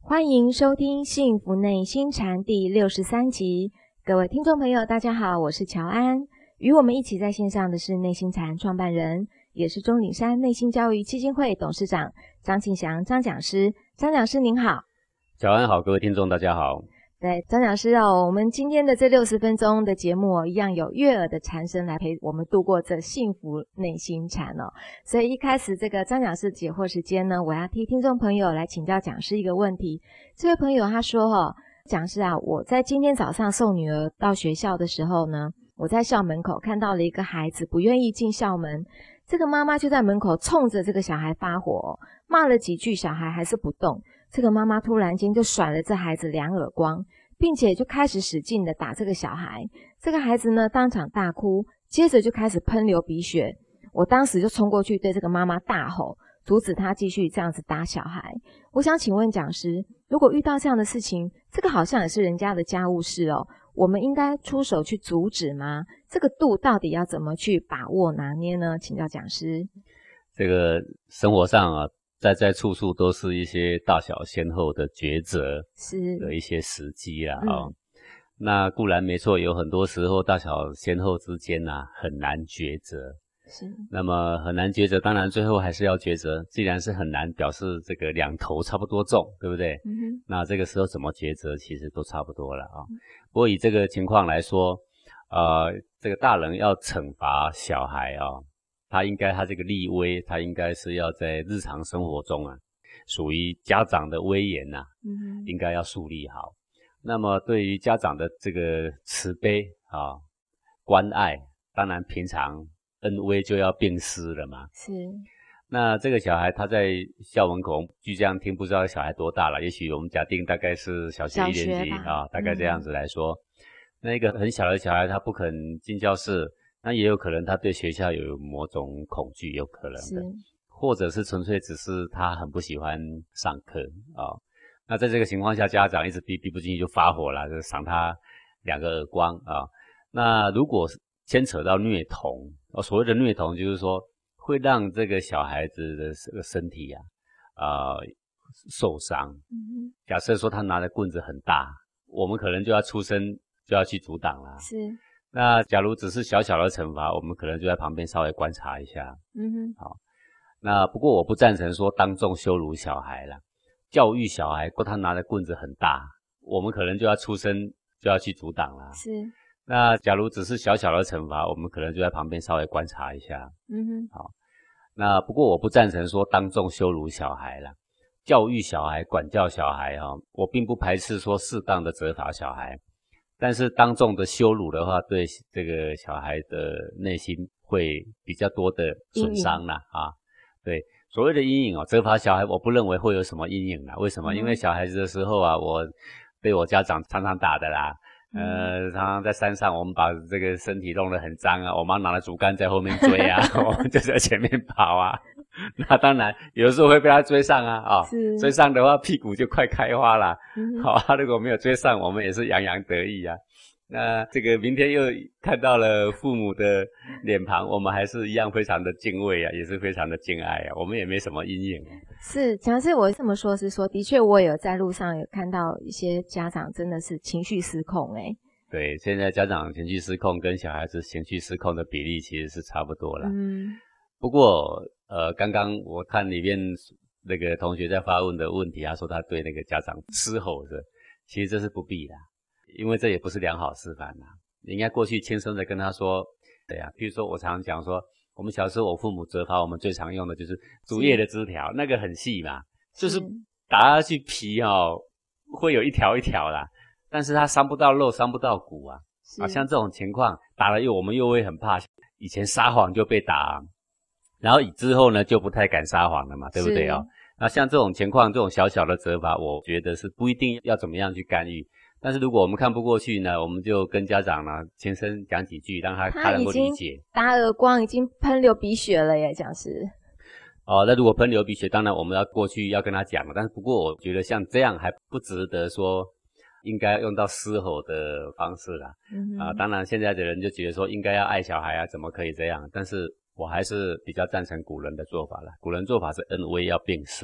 欢迎收听《幸福内心禅》第63集。各位听众朋友，大家好，我是乔安。与我们一起在线上的是内心禅创办人，也是钟岭山内心教育基金会董事长张庆祥张讲师。张讲师您好。 乔安好，各位听众大家好。 对，张讲师哦，我们今天的这60分钟的节目一样有悦耳的禅声来陪我们度过这幸福内心禅哦。所以一开始这个张讲师解惑时间呢，我要替听众朋友来请教讲师一个问题。这位朋友他说讲师啊，我在今天早上送女儿到学校的时候呢，我在校门口看到了一个孩子不愿意进校门，这个妈妈就在门口冲着这个小孩发火，骂了几句，小孩还是不动。这个妈妈突然间就甩了这孩子2耳光，并且就开始使劲的打这个小孩。这个孩子呢当场大哭，接着就开始喷流鼻血。我当时就冲过去对这个妈妈大吼，阻止她继续这样子打小孩。我想请问讲师，如果遇到这样的事情，这个好像也是人家的家务事哦，我们应该出手去阻止吗？这个度到底要怎么去把握拿捏呢？请教讲师。 这个生活上啊，在处处都是一些大小先后的抉择的一些时机啦那固然没错，有很多时候大小先后之间很难抉择。 是。 那么很难抉择，当然最后还是要抉择。既然是很难，表示这个两头差不多重，对不对？那这个时候怎么抉择，其实都差不多了不过以这个情况来说，这个大人要惩罚小孩他这个立威，他应该是要在日常生活中属于家长的威严应该要树立好。那么对于家长的这个慈悲关爱，当然平常恩威就要并施了嘛。 是。那这个小孩他在校门口，据这样听不知道小孩多大了，也许我们假定大概是小学1年级大概这样子来说。那一个很小的小孩他不肯进教室，那也有可能他对学校有某种恐惧，有可能的，或者是纯粹只是他很不喜欢上课那在这个情况下，家长一直逼不进去就发火了，就赏他2个耳光那如果牵扯到虐童所谓的虐童就是说会让这个小孩子的这个身体受伤假设说他拿的棍子很大，我们可能就要出声就要去阻挡啦。 是。 那假如只是小小的惩罚，我们可能就在旁边稍微观察一下。好。那不过我不赞成说当众羞辱小孩啦。教育小孩，他拿的棍子很大，我们可能就要出声就要去阻挡啦。 是。 那假如只是小小的惩罚，我们可能就在旁边稍微观察一下。好。那不过我不赞成说当众羞辱小孩啦。教育小孩，管教小孩我并不排斥说适当的责罚小孩。但是当众的羞辱的话，对这个小孩的内心会比较多的损伤啦对，所谓的阴影责罚小孩，我不认为会有什么阴影啦。为什么？因为小孩子的时候我被我家长常常打的啦。常常在山上，我们把这个身体弄得很脏我妈拿了竹竿在后面追我们就在前面跑那当然有的时候会被他追上追上的话屁股就快开花了如果没有追上，我们也是洋洋得意那这个明天又看到了父母的脸庞，我们还是一样非常的敬畏也是非常的敬爱我们也没什么阴影。 是，讲师我这么说是说，的确我也有在路上有看到一些家长真的是情绪失控对，现在家长情绪失控跟小孩子情绪失控的比例其实是差不多啦。不过刚刚我看里面那个同学在发问的问题，他说他对那个家长嘶吼的，其实这是不必的，因为这也不是良好示范你应该过去轻声的跟他说。对譬如说我常常讲说，我们小时候我父母责罚我们最常用的就是竹叶的枝条，那个很细嘛，就是打下去皮会有一条一条啦，但是它伤不到肉，伤不到骨像这种情况打了我们又会很怕，以前撒谎就被打然后之后呢就不太敢撒谎了嘛，对不对那像这种情况，这种小小的责罚，我觉得是不一定要怎么样去干预。但是如果我们看不过去呢，我们就跟家长呢轻声讲几句，让他能够理解。 打耳光已经喷流鼻血了耶，讲师。 那如果喷流鼻血，当然我们要过去要跟他讲了。但是不过我觉得像这样还不值得说应该用到嘶吼的方式啦。当然现在的人就觉得说应该要爱小孩怎么可以这样？但是我还是比较赞成古人的做法啦。古人做法是恩威要并施。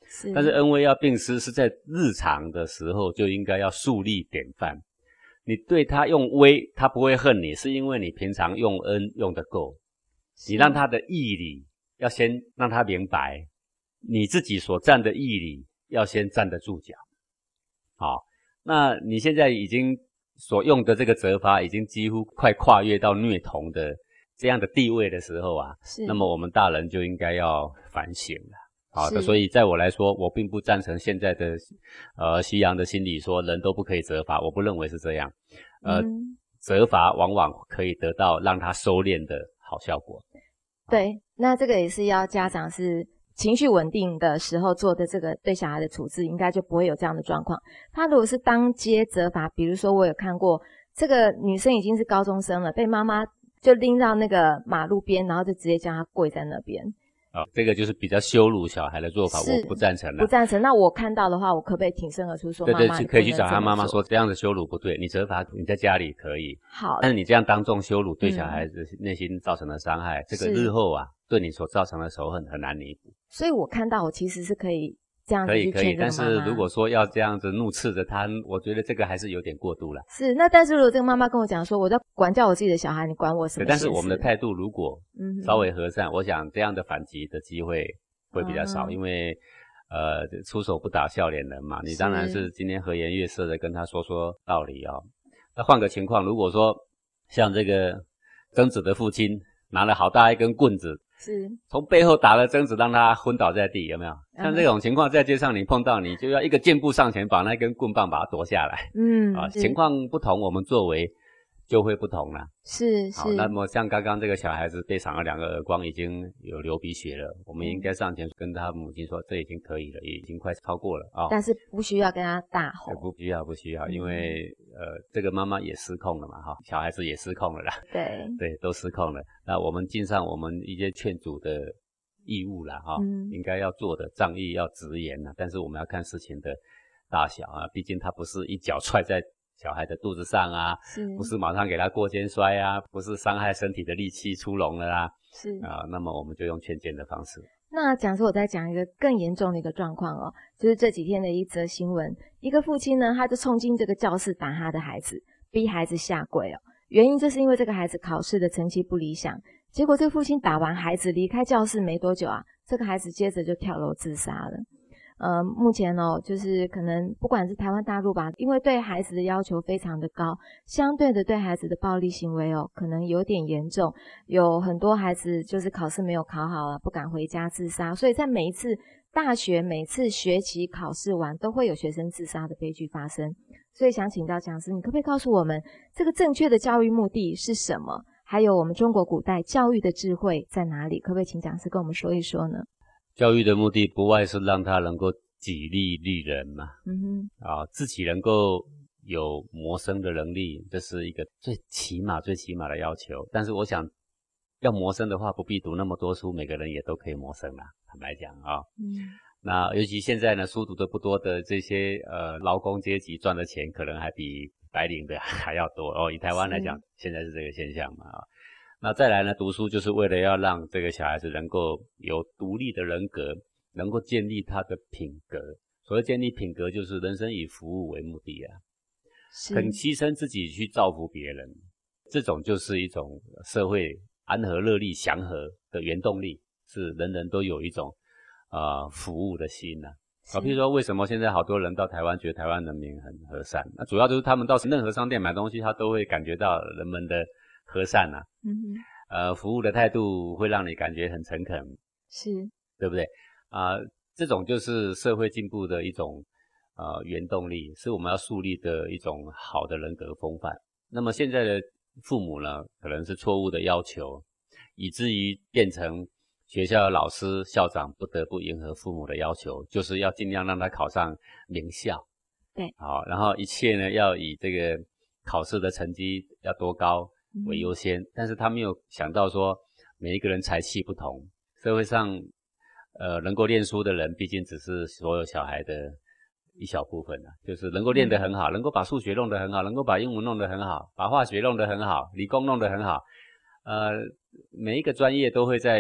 但是恩威要并施是在日常的时候就应该要树立典范。你对他用威，他不会恨你，是因为你平常用恩用得够。你让他的义理要先让他明白，你自己所站的义理要先站得住脚。好，那你现在已经所用的这个责罚已经几乎快跨越到虐童的这样的地位的时候啊，那么我们大人就应该要反省了。好的，所以在我来说，我并不赞成现在的西洋的心理说人都不可以责罚，我不认为是这样。责罚往往可以得到让他收敛的好效果。 对，那这个也是要家长是情绪稳定的时候做的这个对小孩的处置，应该就不会有这样的状况。他如果是当街责罚，比如说我有看过这个女生已经是高中生了，被妈妈就拎到那个马路边，然后就直接叫她跪在那边。 这个就是比较羞辱小孩的做法，我不赞成了。 不赞成。那我看到的话，我可不可以挺身而出说妈妈， 对，可以去找他妈妈说这样的羞辱不对，你责罚你在家里可以。 好， 但是你这样当众羞辱，对小孩子内心造成的伤害，这个日后啊，对你所造成的仇恨很难弥补。 所以我看到我其实是可以这样子去劝这个妈妈。 但是如果说要这样子怒斥着他，我觉得这个还是有点过度了。 是，那但是如果这个妈妈跟我讲说，我在管教我自己的小孩，你管我什么？ 但是我们的态度如果稍微和善，我想这样的反击的机会会比较少，因为出手不打笑脸人嘛，你当然是今天和颜悦色的跟他说道理哦。那换个情况，如果说像这个曾子的父亲拿了好大一根棍子，是从背后打了曾子，让他昏倒在地，有没有？像这种情况在街上你碰到，你就要一个箭步上前把那根棍棒把它夺下来。情况不同，我们作为就会不同了。是。好，那么像刚刚这个小孩子被赏了2个耳光，已经有流鼻血了，我们应该上前跟他母亲说，这已经可以了，已经快超过了啊。 但是不需要跟他大吼。 不需要，因为这个妈妈也失控了嘛，哈，小孩子也失控了啦。对，都失控了。那我们尽上我们一些劝阻的义务啦，哈，应该要做的仗义要直言啦。但是我们要看事情的大小啊，毕竟他不是一脚踹在小孩的肚子上啊，不是马上给他过肩摔啊，不是伤害身体的力气出笼了啦，那么我们就用劝谏的方式。 那讲说我再讲一个更严重的一个状况哦，就是这几天的一则新闻，一个父亲呢，他就冲进这个教室打他的孩子，逼孩子下跪哦，原因就是因为这个孩子考试的成绩不理想，结果这个父亲打完孩子离开教室没多久啊，这个孩子接着就跳楼自杀了。目前就是可能不管是台湾大陆吧，因为对孩子的要求非常的高，相对的对孩子的暴力行为可能有点严重，有很多孩子就是考试没有考好不敢回家自杀，所以在每一次大学每次学期考试完都会有学生自杀的悲剧发生。所以想请教讲师，你可不可以告诉我们这个正确的教育目的是什么？还有我们中国古代教育的智慧在哪里？可不可以请讲师跟我们说一说呢？ 教育的目的不外是让他能够己利利人嘛，自己能够有谋生的能力，这是一个最起码的要求。但是我想要谋生的话，不必读那么多书，每个人也都可以谋生啦，坦白讲啊。那尤其现在呢，书读的不多的这些劳工阶级赚的钱，可能还比白领的还要多哦。以台湾来讲，现在是这个现象嘛啊。那再来呢，读书就是为了要让这个小孩子能够有独立的人格，能够建立他的品格。所谓建立品格，就是人生以服务为目的啊，肯牺牲自己去造福别人，这种就是一种社会安和乐利祥和的原动力，是人人都有一种服务的心啊。譬如说为什么现在好多人到台湾觉得台湾人民很和善，那主要就是他们到任何商店买东西，他都会感觉到人们的和善啊，服务的态度会让你感觉很诚恳，是，对不对？这种就是社会进步的一种原动力，是我们要树立的一种好的人格风范。那么现在的父母呢，可能是错误的要求，以至于变成学校的老师、校长不得不迎合父母的要求，就是要尽量让他考上名校，对，好，然后一切呢要以这个考试的成绩要多高为优先，但是他没有想到说每一个人才气不同，社会上能够念书的人毕竟只是所有小孩的一小部分啊，就是能够练得很好，能够把数学弄得很好，能够把英文弄得很好，把化学弄得很好，理工弄得很好，每一个专业都会在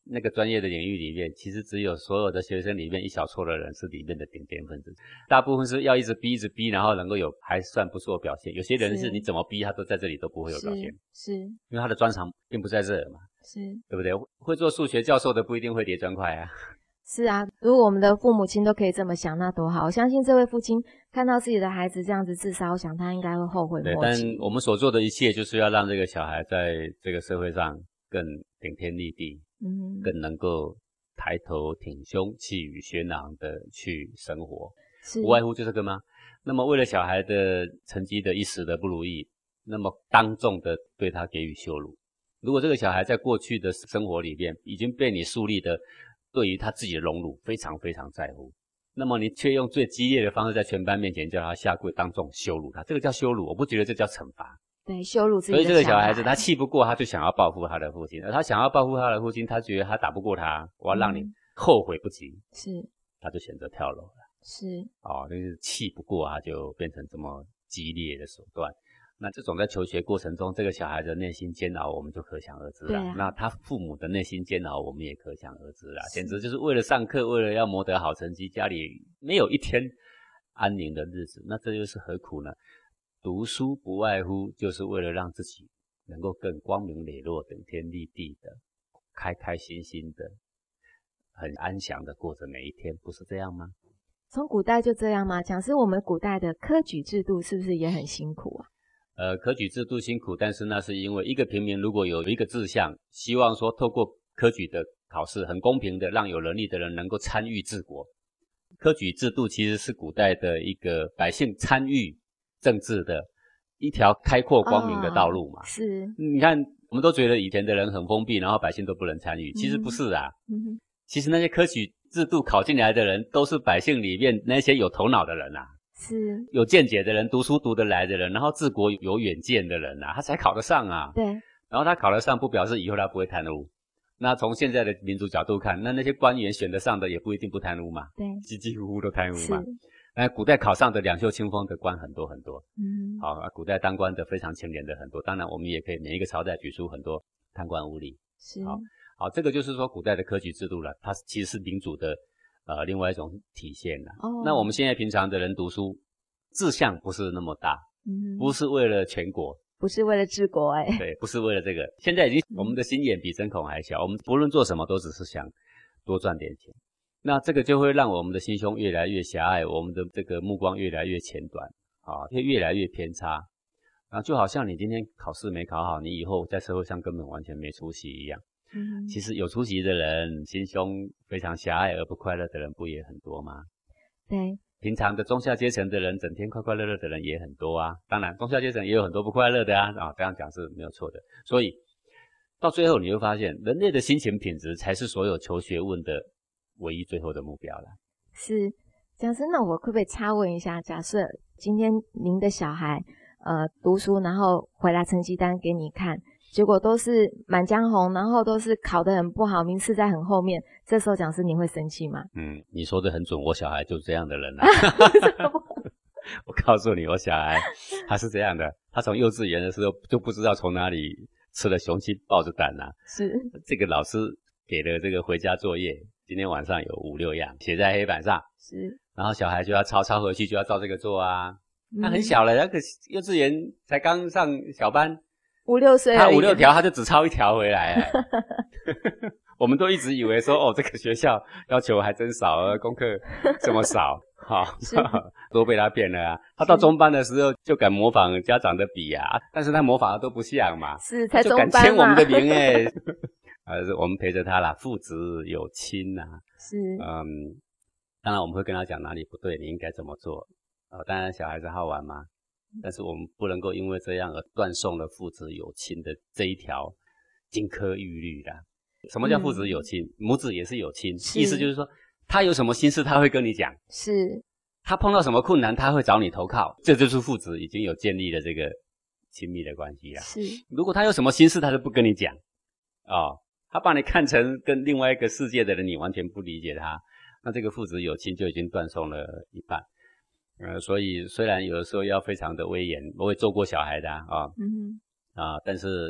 那个专业的领域里面，其实只有所有的学生里面一小撮的人是里面的顶尖分子，大部分是要一直逼，然后能够有还算不错的表现。有些人是你怎么逼他都在这里都不会有表现， 是因为他的专长并不在这嘛， 是， 对不对？会做数学教授的不一定会叠砖块啊。 是啊，如果我们的父母亲都可以这么想，那多好！我相信这位父亲看到自己的孩子这样子自杀，我想他应该会后悔莫及。 对，但我们所做的一切就是要让这个小孩在这个社会上更顶天立地，更能够抬头挺胸、气宇轩昂的去生活，无外乎就这个吗？那么为了小孩的成绩的一时的不如意，那么当众的对他给予羞辱。如果这个小孩在过去的生活里面已经被你树立的对于他自己的荣辱非常非常在乎，那么你却用最激烈的方式在全班面前叫他下跪，当众羞辱他，这个叫羞辱，我不觉得这叫惩罚。 对，羞辱自己的所以这个小孩子他气不过，他就想要报复他的父亲，而他想要报复他的父亲，他觉得他打不过他，我要让你后悔不及， 是， 他就选择跳楼了。 是， 就是气不过他就变成这么激烈的手段。那这种在求学过程中，这个小孩的内心煎熬，我们就可想而知了。那他父母的内心煎熬，我们也可想而知了。简直就是为了上课，为了要谋得好成绩，家里没有一天安宁的日子。那这又是何苦呢？读书不外乎就是为了让自己能够更光明磊落、顶天立地的、开开心心的、很安详的过着每一天，不是这样吗？ 从古代就这样吗？讲是我们古代的科举制度是不是也很辛苦啊？ 科举制度辛苦，但是那是因为一个平民如果有一个志向，希望说透过科举的考试很公平的让有能力的人能够参与治国。科举制度其实是古代的一个百姓参与政治的一条开阔光明的道路嘛。 是， 你看我们都觉得以前的人很封闭，然后百姓都不能参与，其实不是啊。其实那些科举制度考进来的人都是百姓里面那些有头脑的人啊， 是有见解的人，读书读得来的人，然后治国有远见的人啊，他才考得上啊。 对， 然后他考得上不表示以后他不会贪污。那从现在的民主角度看，那些官员选得上的也不一定不贪污嘛， 对， 几乎都贪污嘛。那古代考上的两袖清风的官很多很多，好，古代当官的非常清廉的很多。当然我们也可以每一个朝代举出很多贪官污吏。 是， 好，这个就是说古代的科举制度了，它其实是民主的另外一种体现了。那我们现在平常的人读书志向不是那么大，不是为了全国， 不是为了治国对，不是为了这个。现在已经我们的心眼比针孔还小，我们不论做什么都只是想多赚点钱。那这个就会让我们的心胸越来越狭隘，我们的这个目光越来越浅短，会越来越偏差。然后就好像你今天考试没考好，你以后在社会上根本完全没出息一样。其实有出息的人，心胸非常狭隘而不快乐的人不也很多吗？ 对， 平常的中下阶层的人，整天快快乐乐的人也很多啊。当然中下阶层也有很多不快乐的啊，这样讲是没有错的。所以到最后你会发现，人类的心情品质才是所有求学问的唯一最后的目标了。 是，讲师，那我可不可以插问一下，假设今天您的小孩读书，然后回来成绩单给你看，结果都是满江红，然后都是考得很不好，名次在很后面，这时候讲师你会生气吗？ 你说得很准，我小孩就是这样的人啊。我告诉你，我小孩他是这样的，他从幼稚园的时候就不知道从哪里吃了雄心豹子胆啊。 是， 这个老师给了这个回家作业，今天晚上有5、6样写在黑板上， 是， 然后小孩就要抄回去，就要照这个做啊。他很小了，那个幼稚园才刚上小班 ，5、6岁， 他5、6条他就只抄1条回来了。我们都一直以为说，这个学校要求还真少，功课这么少，都被他骗了啊。他到中班的时候就敢模仿家长的笔啊，但是他模仿的都不像嘛， 是才中班嘛， 就敢签我们的名我们陪着他啦，父子有亲啊。 是， 当然我们会跟他讲哪里不对，你应该怎么做。当然小孩子好玩嘛，但是我们不能够因为这样而断送了父子有亲的这一条金科玉律啦。什么叫父子有亲？母子也是有亲，意思就是说他有什么心事他会跟你讲， 是， 他碰到什么困难他会找你投靠，这就是父子已经有建立了这个亲密的关系啦。 是， 如果他有什么心事他就不跟你讲他把你看成跟另外一个世界的人，你完全不理解他，那这个父子有亲就已经断送了一半。所以虽然有的时候要非常的威严，我也做过小孩的但是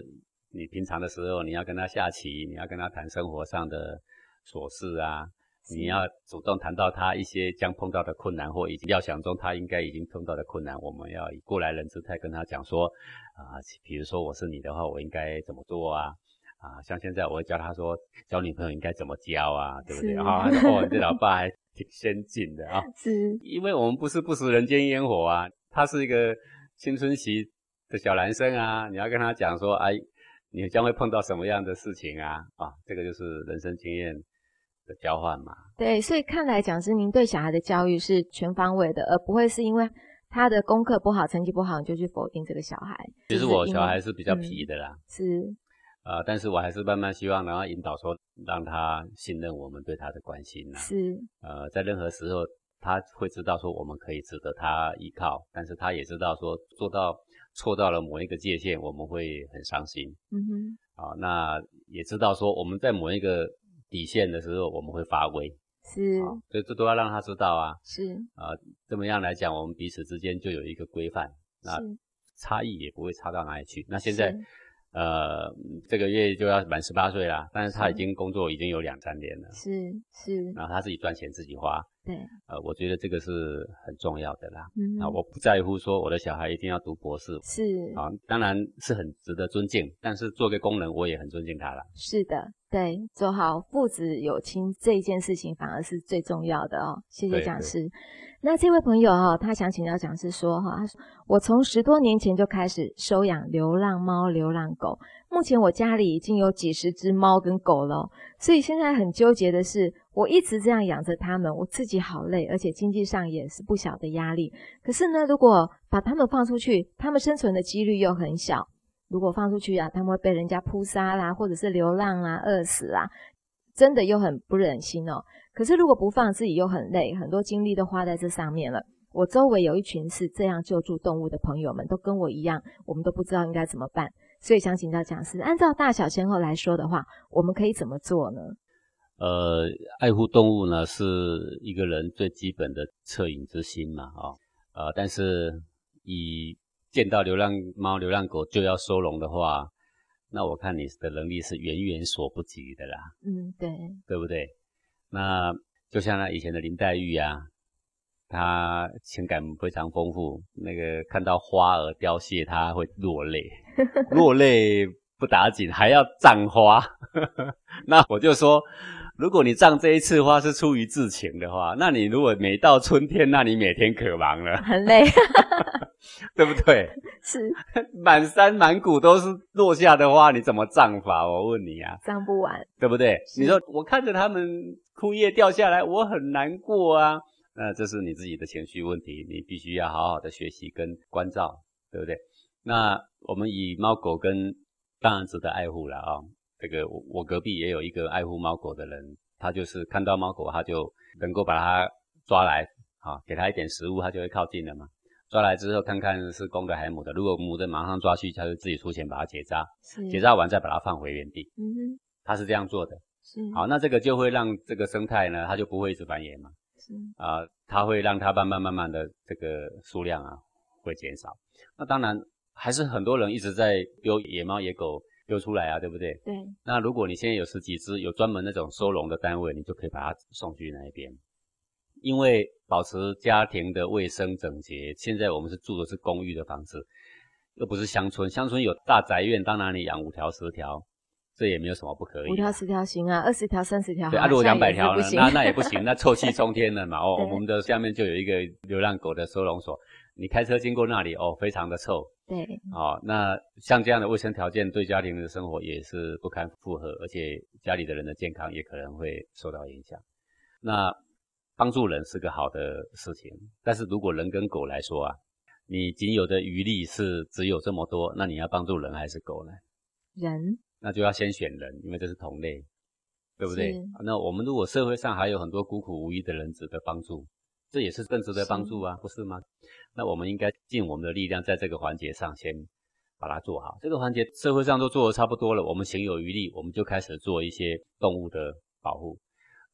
你平常的时候你要跟他下棋，你要跟他谈生活上的琐事啊，你要主动谈到他一些将碰到的困难，或以及料想中他应该已经碰到的困难，我们要以过来人姿态跟他讲说比如说我是你的话，我应该怎么做啊？像现在我会教他说，交女朋友应该怎么交啊，对不对？他说你这老爸还挺先进的啊。 是， 因为我们不是不食人间烟火啊，他是一个青春期的小男生啊，你要跟他讲说，你将会碰到什么样的事情啊？这个就是人生经验的交换嘛。 对，所以看来讲师您对小孩的教育是全方位的，而不会是因为他的功课不好、成绩不好，你就去否定这个小孩。 其实我小孩是比较皮的啦， 是， 但是我还是慢慢希望然后引导说，让他信任我们对他的关心啦。 是， 在任何时候他会知道说我们可以值得他依靠，但是他也知道说错到了某一个界限，我们会很伤心。那也知道说我们在某一个底线的时候，我们会发威。 是， 所以这都要让他知道啊。 是， 这么样来讲，我们彼此之间就有一个规范，那差异也不会差到哪里去。那现在这个月就要满18岁啦，但是他已经工作已经有2-3年了。 是， 然后他自己赚钱自己花。 对， 我觉得这个是很重要的啦。我不在乎说我的小孩一定要读博士。 是， 当然是很值得尊敬，但是做个工人我也很尊敬他啦。是的，对，做好父子有亲这一件事情反而是最重要的哦。谢谢讲师。那这位朋友他想请教讲师说他说我从10多年前就开始收养流浪猫、流浪狗，目前我家里已经有几十只猫跟狗了，所以现在很纠结的是，我一直这样养着它们，我自己好累，而且经济上也是不小的压力。可是呢，如果把它们放出去，它们生存的几率又很小。如果放出去它们会被人家扑杀啦，或者是流浪啦、饿死啦，真的又很不忍心哦。可是如果不放，自己又很累，很多精力都花在这上面了。我周围有一群是这样救助动物的朋友们，都跟我一样，我们都不知道应该怎么办。所以想请教讲师，按照大小先后来说的话，我们可以怎么做呢？ 爱护动物呢是一个人最基本的恻隐之心嘛，但是以见到流浪猫、流浪狗就要收容的话，那我看你的能力是远远所不及的啦。 对， 对不对？那就像那以前的林黛玉啊，她情感非常丰富，那个看到花儿凋谢，她会落泪，落泪不打紧，还要葬花。那我就说，如果你葬这一次花是出于至情的话，那你如果每到春天，那你每天可忙了， 很累。 对不对？ 是， 满山满谷都是落下的花，你怎么葬法？我问你啊， 葬不完， 对不对？你说我看着他们枯叶掉下来，我很难过啊。那这是你自己的情绪问题，你必须要好好的学习跟关照，对不对？那我们以猫狗跟当然值得爱护了啊。这个我隔壁也有一个爱护猫狗的人，他就是看到猫狗，他就能够把它抓来，给它一点食物，它就会靠近了嘛。抓来之后看看是公的还是母的，如果母的马上抓去，他就自己出钱把它结扎，结扎完再把它放回原地。他是这样做的。好，那这个就会让这个生态呢，它就不会一直繁衍嘛。它会让它慢慢的这个数量会减少。那当然还是很多人一直在丢野猫野狗丢出来啊，对不对？ 对。 那如果你现在有10几只，有专门那种收容的单位，你就可以把它送去那边。因为保持家庭的卫生整洁，现在我们是住的是公寓的房子，又不是乡村。乡村有大宅院，当然你养5条10条，这也没有什么不可以。5 条10条行啊，20条30条。 对，如果200条呢，那也不行，那臭气冲天了嘛。我们的下面就有一个流浪狗的收容所，你开车经过那里非常的臭。 对。 那像这样的卫生条件对家庭的生活也是不堪负荷，而且家里的人的健康也可能会受到影响。那帮助人是个好的事情，但是如果人跟狗来说你仅有的余力是只有这么多，那你要帮助人还是狗呢？ 人。 那就要先选人，因为这是同类，对不对？那我们如果社会上还有很多孤苦无依的人值得帮助，这也是更值得帮助啊，不是吗？那我们应该尽我们的力量，在这个环节上先把它做好。这个环节社会上都做得差不多了，我们行有余力，我们就开始做一些动物的保护。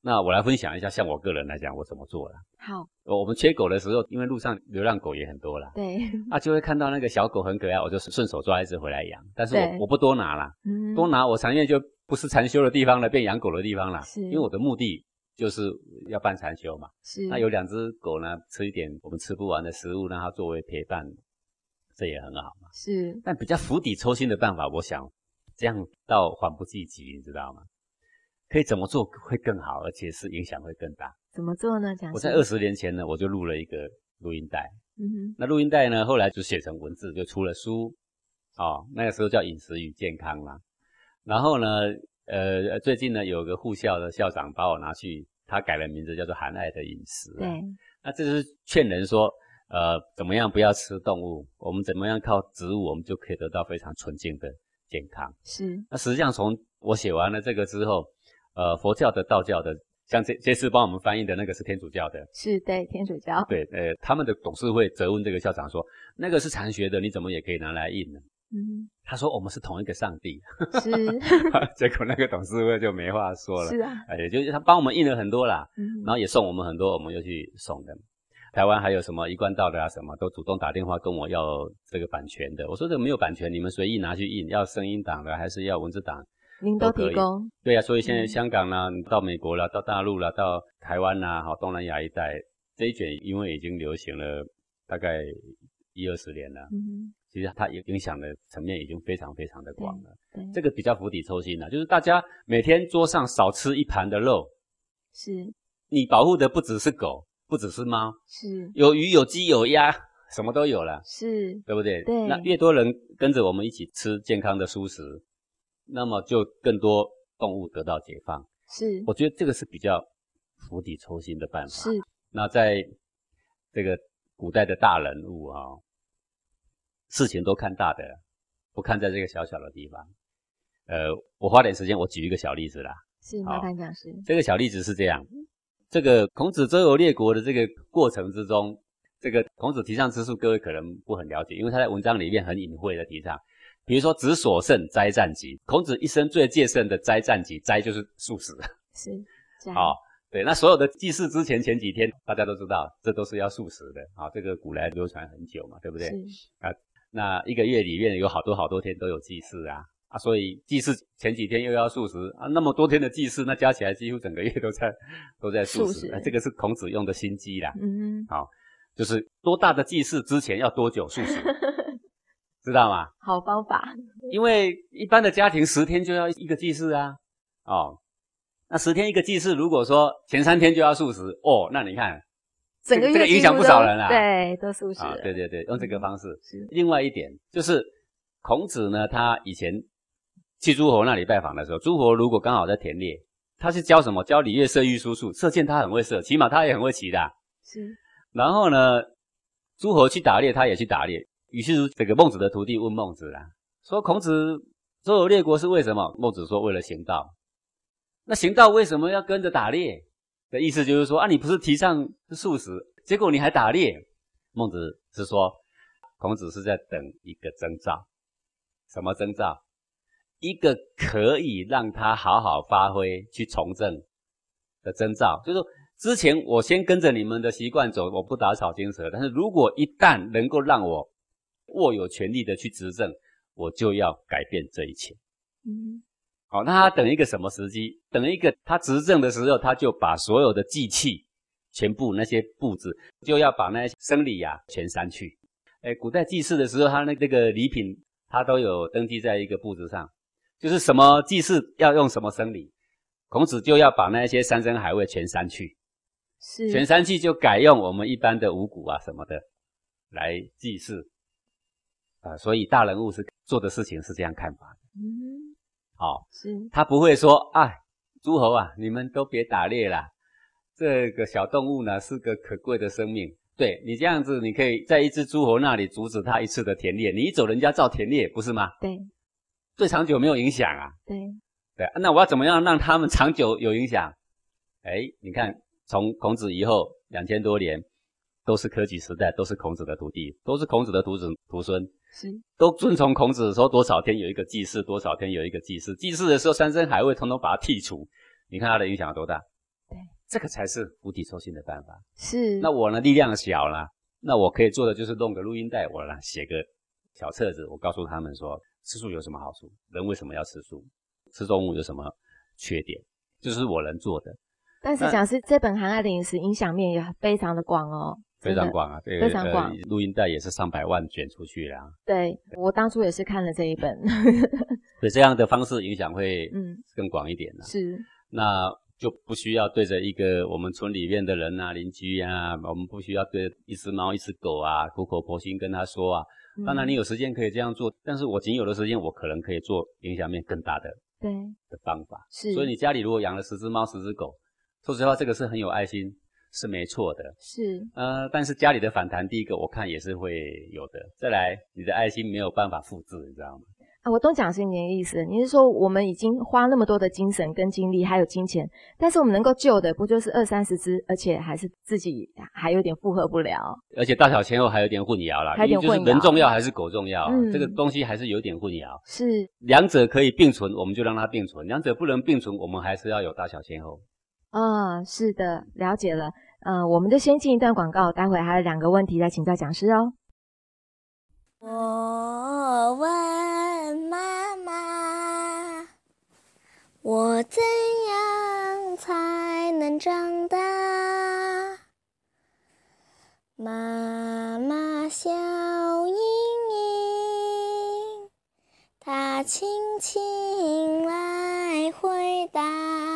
那我来分享一下，像我个人来讲，我怎么做啦。 好， 我们缺狗的时候，因为路上流浪狗也很多啦， 对， 就会看到那个小狗很可爱，我就顺手抓一只回来养。但是我不多拿啦，多拿我禅院就不是禅修的地方了，变养狗的地方了。是，因为我的目的就是要办禅修嘛。是，那有2只狗呢，吃一点我们吃不完的食物，让它作为陪伴，这也很好嘛。是，但比较釜底抽薪的办法，我想这样倒缓不济急，你知道吗？可以怎么做会更好，而且是影响会更大？ 怎么做呢？ 我在20年前呢，我就录了一个录音带。那录音带呢，后来就写成文字，就出了书。那个时候叫《饮食与健康》啦。然后呢，最近呢，有个护校的校长把我拿去，他改了名字，叫做含爱的饮食。对。那这就是劝人说，怎么样不要吃动物，我们怎么样靠植物，我们就可以得到非常纯净的健康。是。那实际上从我写完了这个之后，佛教的、道教的，像这次帮我们翻译的那个是天主教的，是，对，天主教，对，他们的董事会责问这个校长说，那个是禅学的，你怎么也可以拿来印呢？他说我们是同一个上帝，是，结果那个董事会就没话说了，是啊，也就是他帮我们印了很多啦，然后也送我们很多，我们又去送的。台湾还有什么一贯道的什么都主动打电话跟我要这个版权的，我说这没有版权，你们随意拿去印，要声音档的还是要文字档？您都提供。对啊，所以现在香港啦，到美国啦，到大陆啦，到台湾啦，东南亚一带，这一卷因为已经流行了大概10-20年了，其实它影响的层面已经非常非常的广了。这个比较釜底抽薪啦，就是大家每天桌上少吃1盘的肉，是你保护的不只是狗，不只是猫，是有鱼有鸡有鸭，什么都有了，是，对不对？对，那越多人跟着我们一起吃健康的蔬食，那么就更多动物得到解放。是，我觉得这个是比较釜底抽薪的办法。是，那在这个古代的大人物事情都看大的，不看在这个小小的地方。我花点时间，我举一个小例子啦。是，麻烦讲师。这个小例子是这样，这个孔子周游列国的这个过程之中，这个孔子提倡吃素，各位可能不很了解，因为他在文章里面很隐晦的提倡。比如说子所慎斋战疾，孔子一生最戒慎的斋战疾，斋就是素食。是，对，那所有的祭祀之前几天，大家都知道，这都是要素食的。这个古来流传很久嘛，对不对？是。那一个月里面有好多天都有祭祀啊，所以祭祀前几天又要素食那么多天的祭祀，那加起来几乎整个月都在素食。这个是孔子用的心机啦。就是多大的祭祀之前要多久素食。知道吗？好方法。因为一般的家庭10天就要一个祭祀啊。那10天一个祭祀，如果说前3天就要素食，那你看整个月这个影响不少人啦。对，都素食。对，用这个方式。另外一点就是孔子呢，他以前去诸侯那里拜访的时候，诸侯如果刚好在田猎，他是教什么？教礼乐射御书数。射箭他很会射，起码他也很会骑的。是。然后呢，诸侯去打猎，他也去打猎。于是这个孟子的徒弟问孟子啦，说孔子周游列国是为什么？孟子说为了行道。那行道为什么要跟着打猎？的意思就是说你不是提倡素食，结果你还打猎。孟子是说，孔子是在等一个征兆。什么征兆？一个可以让他好好发挥去从政的征兆，就是说之前我先跟着你们的习惯走，我不打草惊蛇，但是如果一旦能够让我握有权力的去执政，我就要改变这一切。那他等一个什么时机？等一个他执政的时候，他就把所有的祭器全部那些布置，就要把那些生礼全删去。古代祭祀的时候，他那个礼品他都有登记在一个布子上，就是什么祭祀要用什么生礼，孔子就要把那些山珍海味全删去。是，全删去就改用我们一般的五谷什么的来祭祀。所以大人物是做的事情是这样看法的。是，他不会说诸侯你们都别打猎啦，这个小动物呢是个可贵的生命。对，你这样子，你可以在一只诸侯那里阻止他一次的田猎，你一走人家造田猎，不是吗？对，对长久没有影响啊。对，那我要怎么样让他们长久有影响？你看从孔子以后2000多年，都是科举时代，都是孔子的徒弟，都是孔子的徒子徒孙，是都遵从孔子说多少天有一个祭祀，多少天有一个祭祀。祭祀的时候山珍海味统统把它剔除，你看它的影响有多大？对， 这个才是釜底抽薪的办法。 是。 那我呢，力量小啦，那我可以做的就是弄个录音带，我呢写个小册子，我告诉他们说，吃素有什么好处，人为什么要吃素，吃动物有什么缺点，这就是我能做的。 但是讲是这本含爱的饮食影响面也非常的广哦。 非常广啊，这个非常广， 录音带也是上百万卷出去啦。 对，我当初也是看了这一本。 所以这样的方式影响会更广一点啦。 是。 那就不需要对着一个我们村里面的人啊、邻居啊，我们不需要对一只猫、一只狗啊苦口婆心跟他说啊。当然你有时间可以这样做，但是我仅有的时间我可能可以做影响面更大的方法。 是。 所以你家里如果养了10只猫、10只狗，说实话这个是很有爱心。是没错的， 是， 但是家里的反弹，第一个我看也是会有的。再来，你的爱心没有办法复制，你知道吗？ 我懂讲师你的意思，你是说我们已经花那么多的精神跟精力，还有金钱，但是我们能够救的不就是20-30只，而且还是自己还有点负荷不了， 而且大小前后还有点混淆啦， 还有点混淆， 就是人重要还是狗重要，这个东西还是有点混淆。 是， 两者可以并存，我们就让它并存；两者不能并存，我们还是要有大小前后。 是的，了解了。我们就先进一段广告，待会还有2个问题再请教讲师哦。 我问妈妈，我怎样才能长大？妈妈笑盈盈，她轻轻来回答。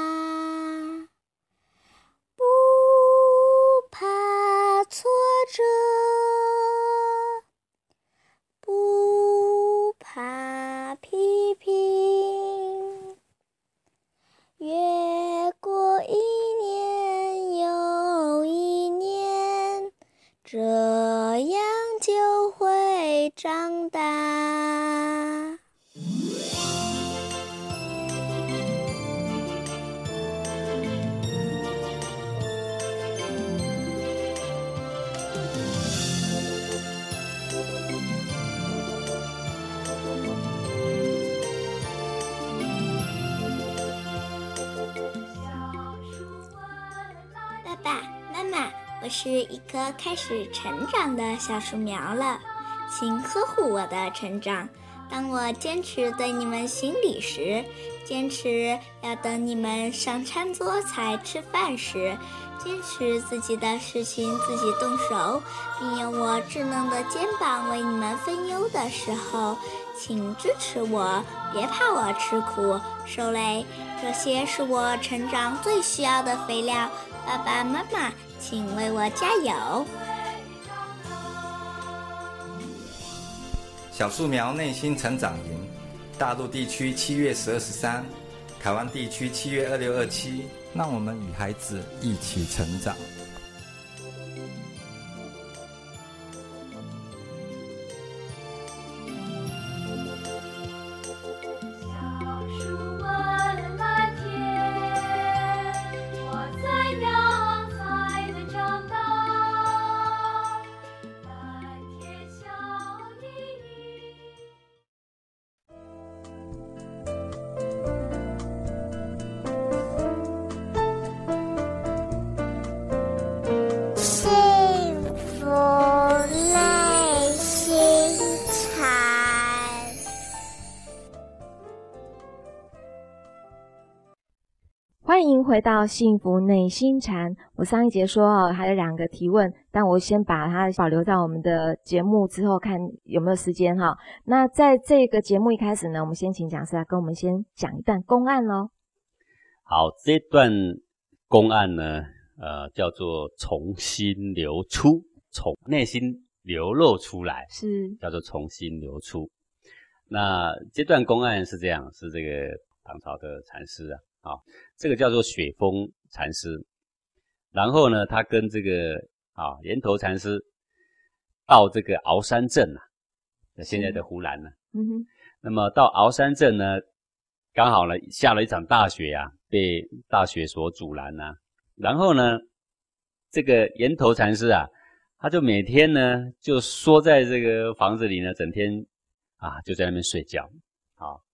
挫折，不怕批评，越过1年又1年，这样就会长大。我是一棵开始成长的小树苗了，请呵护我的成长。当我坚持对你们行礼时，坚持要等你们上餐桌才吃饭时，坚持自己的事情自己动手，并用我智能的肩膀为你们分忧的时候，请支持我，别怕我吃苦受累，这些是我成长最需要的肥料。爸爸妈妈，请为我加油！ 小树苗内心成长营，大陆地区7月12、13，台湾地区7月26、27，让我们与孩子一起成长。 欢迎回到幸福内心禅。我上一节说还有2个提问，但我先把它保留在我们的节目之后看有没有时间哈。那在这个节目一开始呢，我们先请讲师来跟我们先讲一段公案咯。 好，这段公案呢，叫做从心流出，从内心流露出来， 是叫做从心流出。那这段公案是这样，是这个唐朝的禅师这个叫做雪峰禅师。然后呢，他跟这个岩头禅师到这个鳌山镇现在的湖南那么到鳌山镇呢，刚好呢下了一场大雪被大雪所阻拦然后呢，这个岩头禅师他就每天呢就缩在这个房子里呢，整天就在那边睡觉。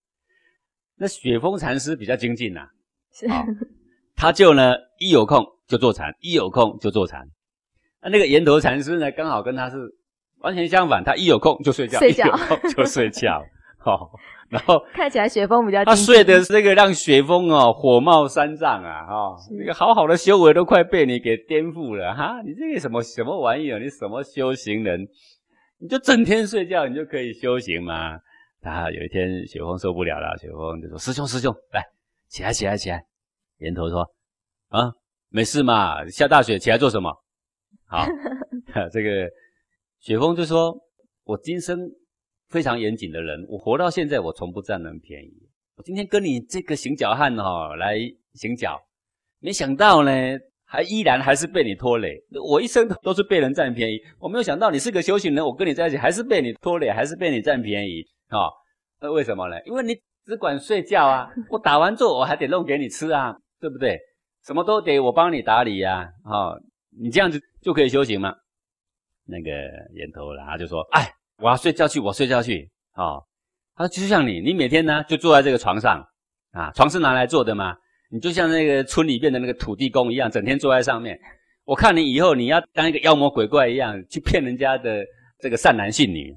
那雪峰禅师比较精进他就呢一有空就坐禅，一有空就坐禅。那个岩头禅师呢，刚好跟他是完全相反，他一有空就睡觉，一有空就睡觉。然后看起来雪峰比较他睡的这个让雪峰火冒三丈啊，那个好好的修为都快被你给颠覆了哈！你这个什么玩意儿？你什么修行人？你就整天睡觉，你就可以修行吗？有一天雪峰受不了了，雪峰就说：“师兄，来，起来！”岩头说：“啊，没事嘛，下大雪起来做什么？”好，这个雪峰就说：“我今生非常严谨的人，我活到现在，我从不占人便宜。我今天跟你这个行脚汉来行脚，没想到呢，依然是被你拖累。我一生都是被人占便宜，我没有想到你是个修行人，我跟你在一起还是被你拖累，还是被你占便宜那为什么呢？因为你只管睡觉啊，我打完坐我还得弄给你吃啊，对不对？什么都得我帮你打理啊，你这样子就可以修行吗？”那个岩头他就说：“哎，我要睡觉去。他说就像你每天呢就坐在这个床上啊，床是拿来坐的吗？你就像那个村里边的那个土地公一样，整天坐在上面。我看你以后你要当一个妖魔鬼怪一样去骗人家的这个善男信女。”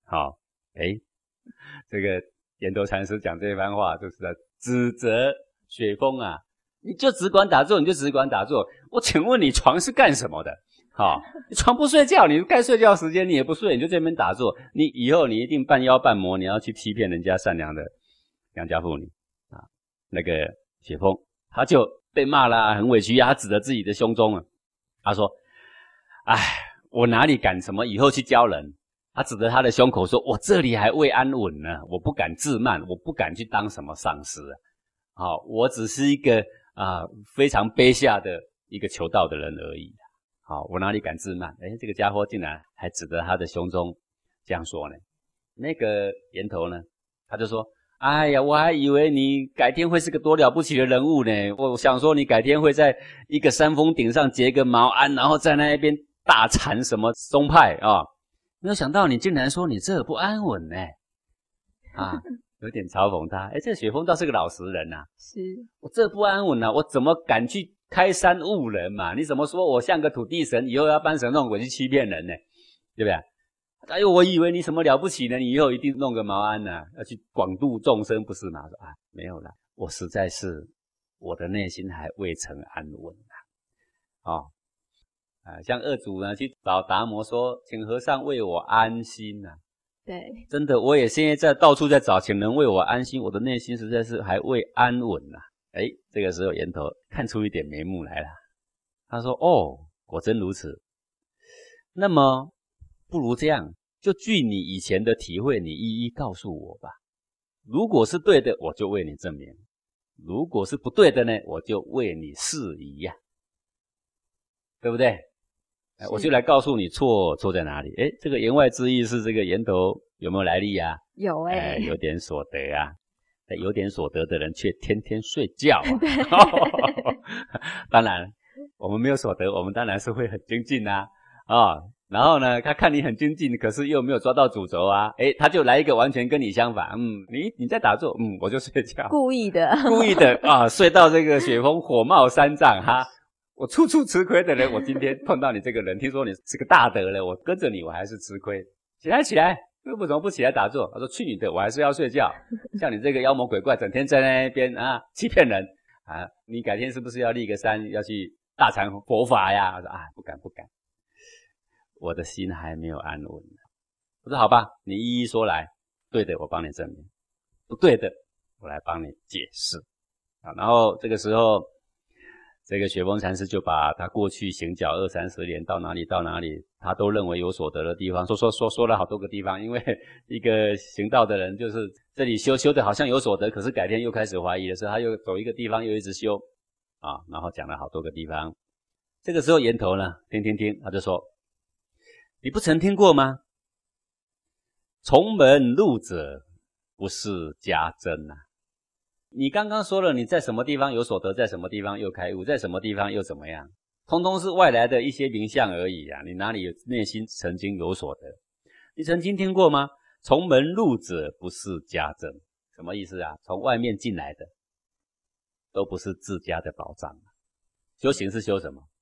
这个岩头禅师讲这番话就是在指责雪峰啊，你就只管打坐，我请问你床是干什么的？你床不睡觉，你该睡觉时间你也不睡，你就这边打坐，你以后你一定半妖半魔，你要去欺骗人家善良的良家妇女啊！那个雪峰他就被骂了，很委屈啊，他指着自己的胸中他说：“哎，我哪里敢什么以后去教人？”他指着他的胸口说：“我这里还未安稳呢，我不敢自慢，我不敢去当什么上师我只是一个非常卑下的一个求道的人而已。我哪里敢自慢？这个家伙竟然还指着他的胸中这样说呢。”那个岩头呢，他就说：“哎呀，我还以为你改天会是个多了不起的人物呢，我想说你改天会在一个山峰顶上结个毛鞍，然后在那边大禅什么宗派没有想到你竟然说你这不安稳呢。”有点嘲讽他。这个雪峰倒是个老实人啊， 是我这不安稳啊，我怎么敢去开山误人嘛？你怎么说我像个土地神，以后要搬神弄鬼去欺骗人呢？对不对？哎呦，我以为你什么了不起呢？你以后一定弄个毛鞍要去广度众生，不是吗？说没有啦，我实在是我的内心还未曾安稳像二祖呢去找达摩说：“请和尚为我安心对， 真的，我也现在到处在找，请人为我安心，我的内心实在是还未安稳这个时候岩头看出一点眉目来了，他说：“果真如此。那么不如这样，就据你以前的体会，你一一告诉我吧。如果是对的，我就为你证明；如果是不对的呢，我就为你释疑呀，对不对？我就来告诉你错在哪里。这个言外之意是这个岩头有没有来历啊？ 有有点所得啊。有点所得的人却天天睡觉当然我们没有所得，我们当然是会很精进然后呢，他看你很精进，可是又没有抓到主轴他就来一个完全跟你相反。你在打坐，我就睡觉，故意的睡到这个雪峰火冒三丈我处处吃亏的人，我今天碰到你这个人，听说你是个大德了，我跟着你我还是吃亏。起来，为什么不起来打坐？他说：“去你的，我还是要睡觉。像你这个妖魔鬼怪，整天在那边欺骗人你改天是不是要立个山，要去大禅佛法呀？”我说：“不敢，我的心还没有安稳。”我说：“好吧，你一一说来，对的我帮你证明，不对的我来帮你解释。”然后这个时候，这个雪峰禅师就把他过去行脚20-30年到哪里，他都认为有所得的地方，说了好多个地方。因为一个行道的人，就是这里修的好像有所得，可是改天又开始怀疑的时候，他又走一个地方又一直修然后讲了好多个地方。这个时候岩头呢，听，他就说：“你不曾听过吗？从门入者，不是家珍你刚刚说了你在什么地方有所得，在什么地方又开悟，在什么地方又怎么样，通通是外来的一些名相而已你哪里有内心曾经有所得？你曾经听过吗？从门入者，不是家珍。什么意思从外面进来的都不是自家的宝藏修行是修什么？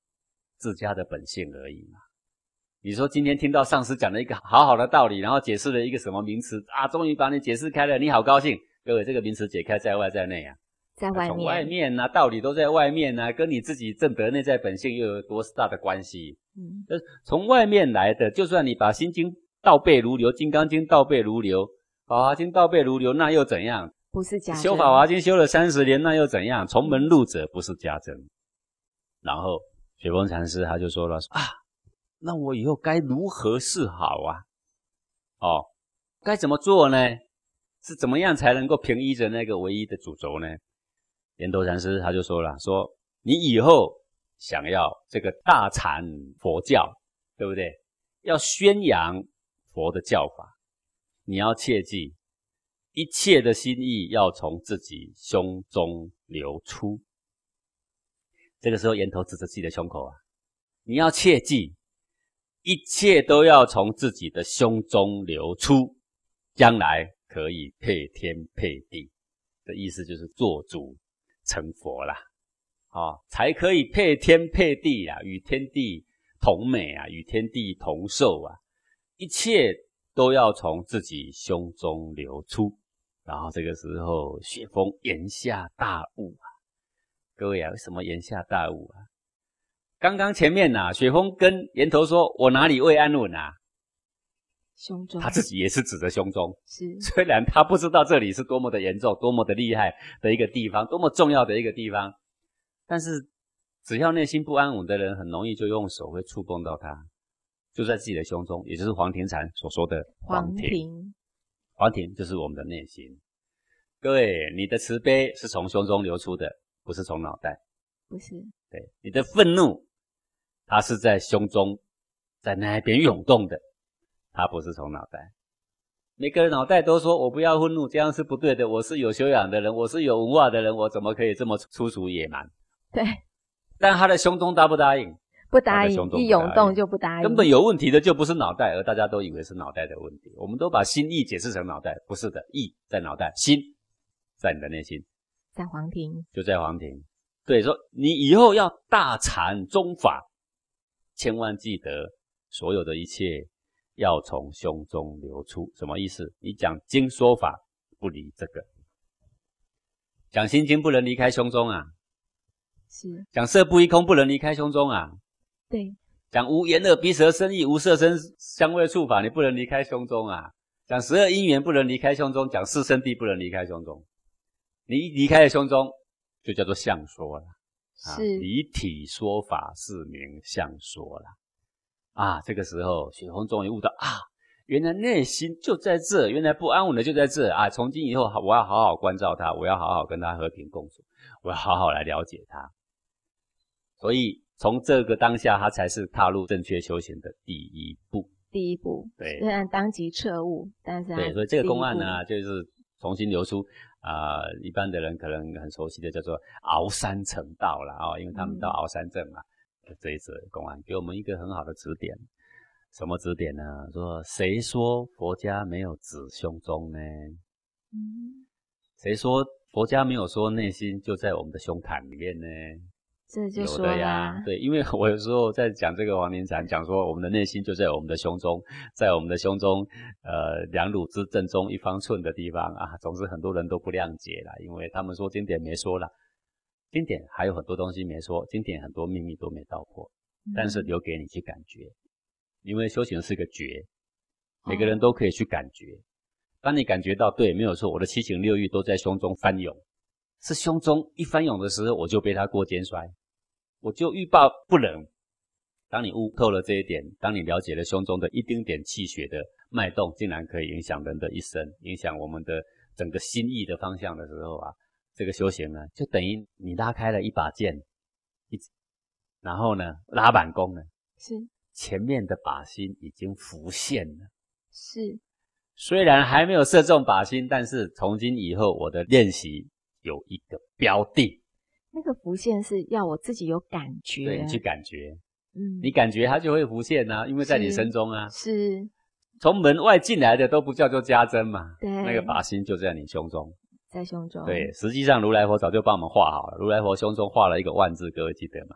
自家的本性而已嘛。你说今天听到上师讲了一个好好的道理，然后解释了一个什么名词啊，终于把你解释开了，你好高兴。各位，这个名词解开在外在内啊， 在外面， 从外面啊，道理都在外面啊，跟你自己正德内在本性又有多大的关系？从外面来的，就算你把心经倒背如流，金刚经倒背如流，法华经倒背如流，那又怎样？ 不是假真。 修法华经修了30年，那又怎样？从门入者不是假真。然后雪峰禅师他就说了啊，那我以后该如何是好啊？该怎么做呢？是怎么样才能够平依着那个唯一的主轴呢？岩头禅师他就说了，说你以后想要这个大禅佛教，对不对？要宣扬佛的教法，你要切记，一切的心意要从自己胸中流出。这个时候岩头指着自己的胸口啊，你要切记，一切都要从自己的胸中流出，将来可以配天配地。的意思就是做主成佛啦，才可以配天配地啊，与天地同美啊，与天地同寿啊，一切都要从自己胸中流出。然后这个时候雪峰言下大悟啊，各位啊，为什么言下大悟啊？刚刚前面啊，雪峰跟岩头说，我哪里未安稳啊？ 胸中， 他自己也是指着胸中， 是， 虽然他不知道这里是多么的严重，多么的厉害的一个地方，多么重要的一个地方，但是只要内心不安稳的人，很容易就用手会触碰到它，就在自己的胸中，也就是黄庭禅所说的黄庭。黄庭就是我们的内心。各位，你的慈悲是从胸中流出的，不是从脑袋。 不是。 对，你的愤怒，它是在胸中，在那边涌动的，它不是从脑袋。每个人脑袋都说我不要愤怒，这样是不对的，我是有修养的人，我是有文化的人，我怎么可以这么粗俗野蛮？ 对。 但他的胸中答不答应？ 不答应，一涌动就不答应。 根本有问题的就不是脑袋，而大家都以为是脑袋的问题。我们都把心意解释成脑袋，不是的，意在脑袋，心在你的内心， 在黄庭， 就在黄庭。对，说你以后要大禅宗法，千万记得所有的一切要从胸中流出。什么意思？你讲经说法不离这个，讲心经不能离开胸中啊， 是讲色不异空不能离开胸中啊， 对， 讲无眼耳鼻舌身意无色声香味触法，你不能离开胸中啊，讲12因缘不能离开胸中，讲四圣谛不能离开胸中。你一离开了胸中，就叫做相说了， 是离体说法是名相说了啊。这个时候雪峰终于悟到啊，原来内心就在这，原来不安稳的就在这啊。从今以后我要好好关照他，我要好好跟他和平共处，我要好好来了解他。所以从这个当下，他才是踏入正确修行的第一步。 第一步， 对， 虽然当即彻悟，但是对，所以这个公案呢，就是重新流出一般的人可能很熟悉的叫做鳌山成道啦因为他们到鳌山镇嘛，这一则公案给我们一个很好的指点。什么指点呢？说谁说佛家没有指胸中呢？谁说佛家没有说内心就在我们的胸膛里面呢？ 这就说有的呀，对，因为我有时候在讲这个黄庭禅，讲说我们的内心就在我们的胸中，在我们的胸中两乳之正中1方寸的地方啊，总是很多人都不谅解啦，因为他们说经典没说啦，经典还有很多东西没说，经典很多秘密都没道破，但是留给你去感觉，因为修行是个觉，每个人都可以去感觉。当你感觉到对，没有错，我的7情6欲都在胸中翻涌，是胸中一翻涌的时候，我就被它过肩摔，我就欲罢不能。当你悟透了这一点，当你了解了胸中的一丁点气血的脉动竟然可以影响人的一生，影响我们的整个心意的方向的时候啊，这个修行呢，就等于你拉开了一把剑，然后呢拉板弓呢， 是前面的靶心已经浮现了， 是虽然还没有射中靶心，但是从今以后我的练习有一个标的。 那个浮现是要我自己有感觉， 对，你去感觉，你感觉它就会浮现啊，因为在你身中啊， 是从门外进来的都不叫做加增嘛， 对， 那个靶心就在你胸中， 在胸中， 对，实际上如来佛早就帮我们画好了，如来佛胸中画了一个万字，各位记得吗？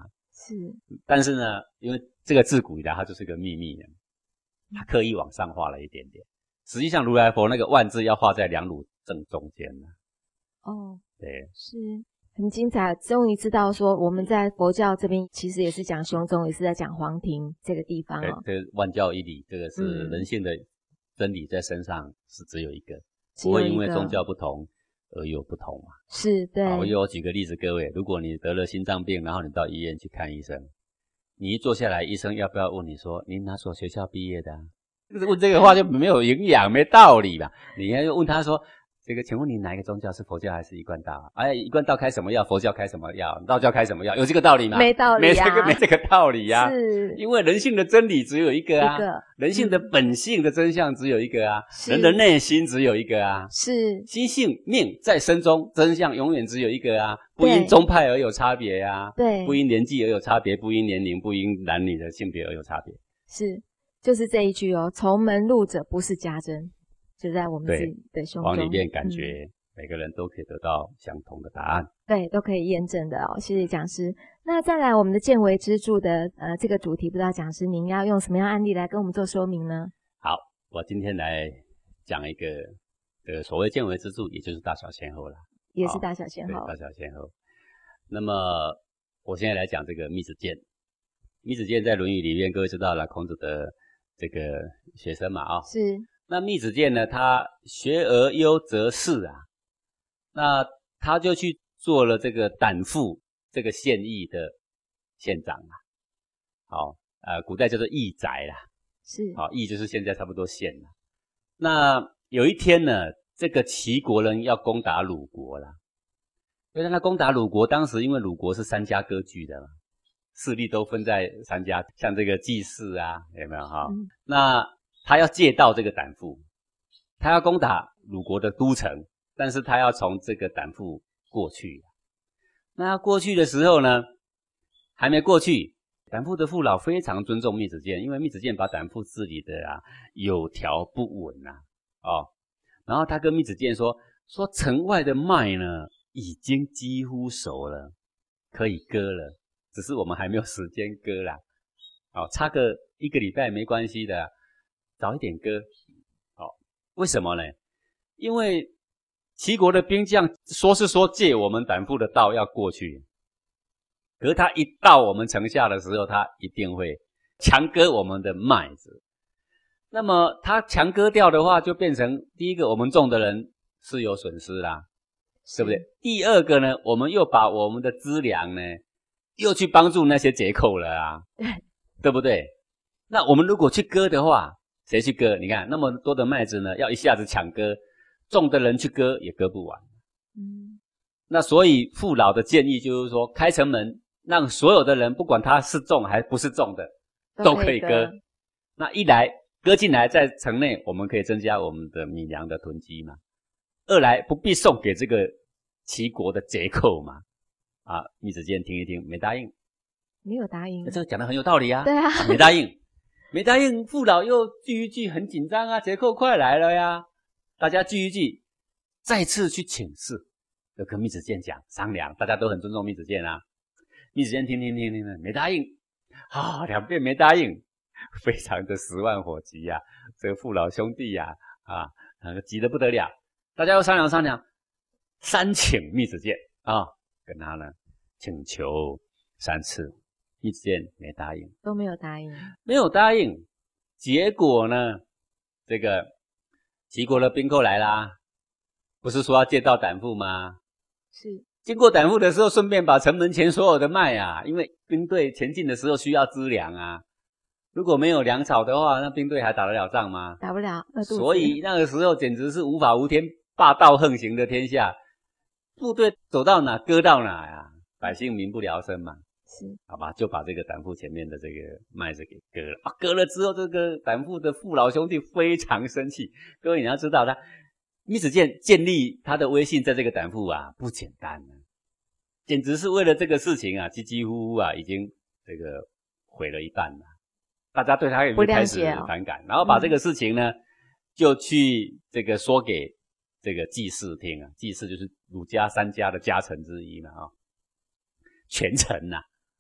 是， 但是呢，因为这个自古以来它就是个秘密呢，他刻意往上画了一点点。实际上如来佛那个万字要画在两乳正中间呢。 哦， 对， 是很精彩，终于知道说我们在佛教这边其实也是讲胸中，也是在讲黄庭这个地方哦。 对，这个万教一理，这个是人性的真理在身上是只有一个， 只有一个， 不会因为宗教不同而有不同嘛。 是，对。 我举个例子，各位，如果你得了心脏病，然后你到医院去看医生，你一坐下来，医生要不要问你说您哪所学校毕业的啊？问这个话就没有营养，没道理吧？你要问他说，这个请问你哪一个宗教，是佛教还是一贯道？哎，一贯道开什么药？佛教开什么药？道教开什么药？有这个道理吗？ 没道理啊， 没这个道理啊。 是， 因为人性的真理只有一个啊，人性的本性的真相只有一个啊，人的内心只有一个啊， 是心性命在身中，真相永远只有一个啊，不因宗派而有差别啊， 对， 不因年纪而有差别，不因年龄，不因男女的性别而有差别。 是，就是这一句哦，从门入者不是家珍，就在我们自己的胸中， 往里面感觉每个人都可以得到相同的答案， 对，都可以验证的哦。谢谢讲师。那再来我们的见微知著的这个主题，不知道讲师您要用什么样的案例来跟我们做说明呢？ 好，我今天来讲一个所谓见微知著，也就是大小先后啦， 也是大小先后， 对，大小先后。那么我现在来讲这个密子见。密子见在《论语》里面，各位知道了，孔子的这个学生嘛啊， 是。 那密子见呢，他学而优则仕啊，那他就去做了这个胆父这个县邑的县长啊。好，古代叫做邑宅啦， 是。 好，邑就是现在差不多县啦。那有一天呢，这个齐国人要攻打鲁国啦。因为他攻打鲁国，当时因为鲁国是三家割据的嘛，势力都分在三家，像这个季氏啊，有没有哈？那他要借道这个胆父，他要攻打鲁国的都城，但是他要从这个胆父过去。那过去的时候呢，还没过去，胆父的父老非常尊重密子见，因为密子见把胆父治理的有条不紊啊，然后他跟密子见说城外的麦呢已经几乎熟了，可以割了。只是我们还没有时间割啦，差个1个礼拜没关系的，早一点割。为什么呢？因为齐国的兵将说是说借我们胆父的道要过去，可是他一到我们城下的时候，他一定会强割我们的麦子。那么他强割掉的话，就变成第一个，我们种的人是有损失啦，对不对？第二个呢，我们又把我们的资粮呢又去帮助那些折扣了啊，对不对？那我们如果去割的话，谁去割？你看那么多的麦子呢，要一下子抢割，种的人去割也割不完。那所以父老的建议就是说，开城门，让所有的人，不管他是种还不是种的，都可以割。那一来割进来，在城内我们可以增加我们的米粮的囤积嘛；二来不必送给这个齐国的折扣嘛。密子见听一听，没答应， 没有答应。 这个讲得很有道理啊。 对啊， 没答应，没答应，父老又聚一聚，很紧张啊，折扣快来了呀，大家聚一聚，再次去请示，就跟密子见讲商量，大家都很尊重密子见啊。密子见听，没答应，两遍没答应，非常的10万火急啊，这个父老兄弟啊，急得不得了，大家又商量，三请密子见跟他呢请求3次，密子见没答应， 都没有答应， 没有答应。结果呢，这个齐国的兵寇来啦，不是说要借道胆父吗？ 是。 经过胆父的时候，顺便把城门前所有的麦因为兵队前进的时候需要资粮啊，如果没有粮草的话，那兵队还打得了仗吗？ 打不了， 所以那个时候简直是无法无天，霸道横行的天下。部队走到哪割到哪呀，百姓民不聊生嘛。 是， 好吧，就把这个胆父前面的这个麦子给割了割了之后，这个胆父的父老兄弟非常生气。各位你要知道，密子见建立他的威信在这个胆父不简单简直是为了这个事情几乎已经这个毁了一半了。大家对他也开始反感，然后把这个事情呢，就去这个说给这个季氏听季氏就是儒家3家的家臣之一嘛全臣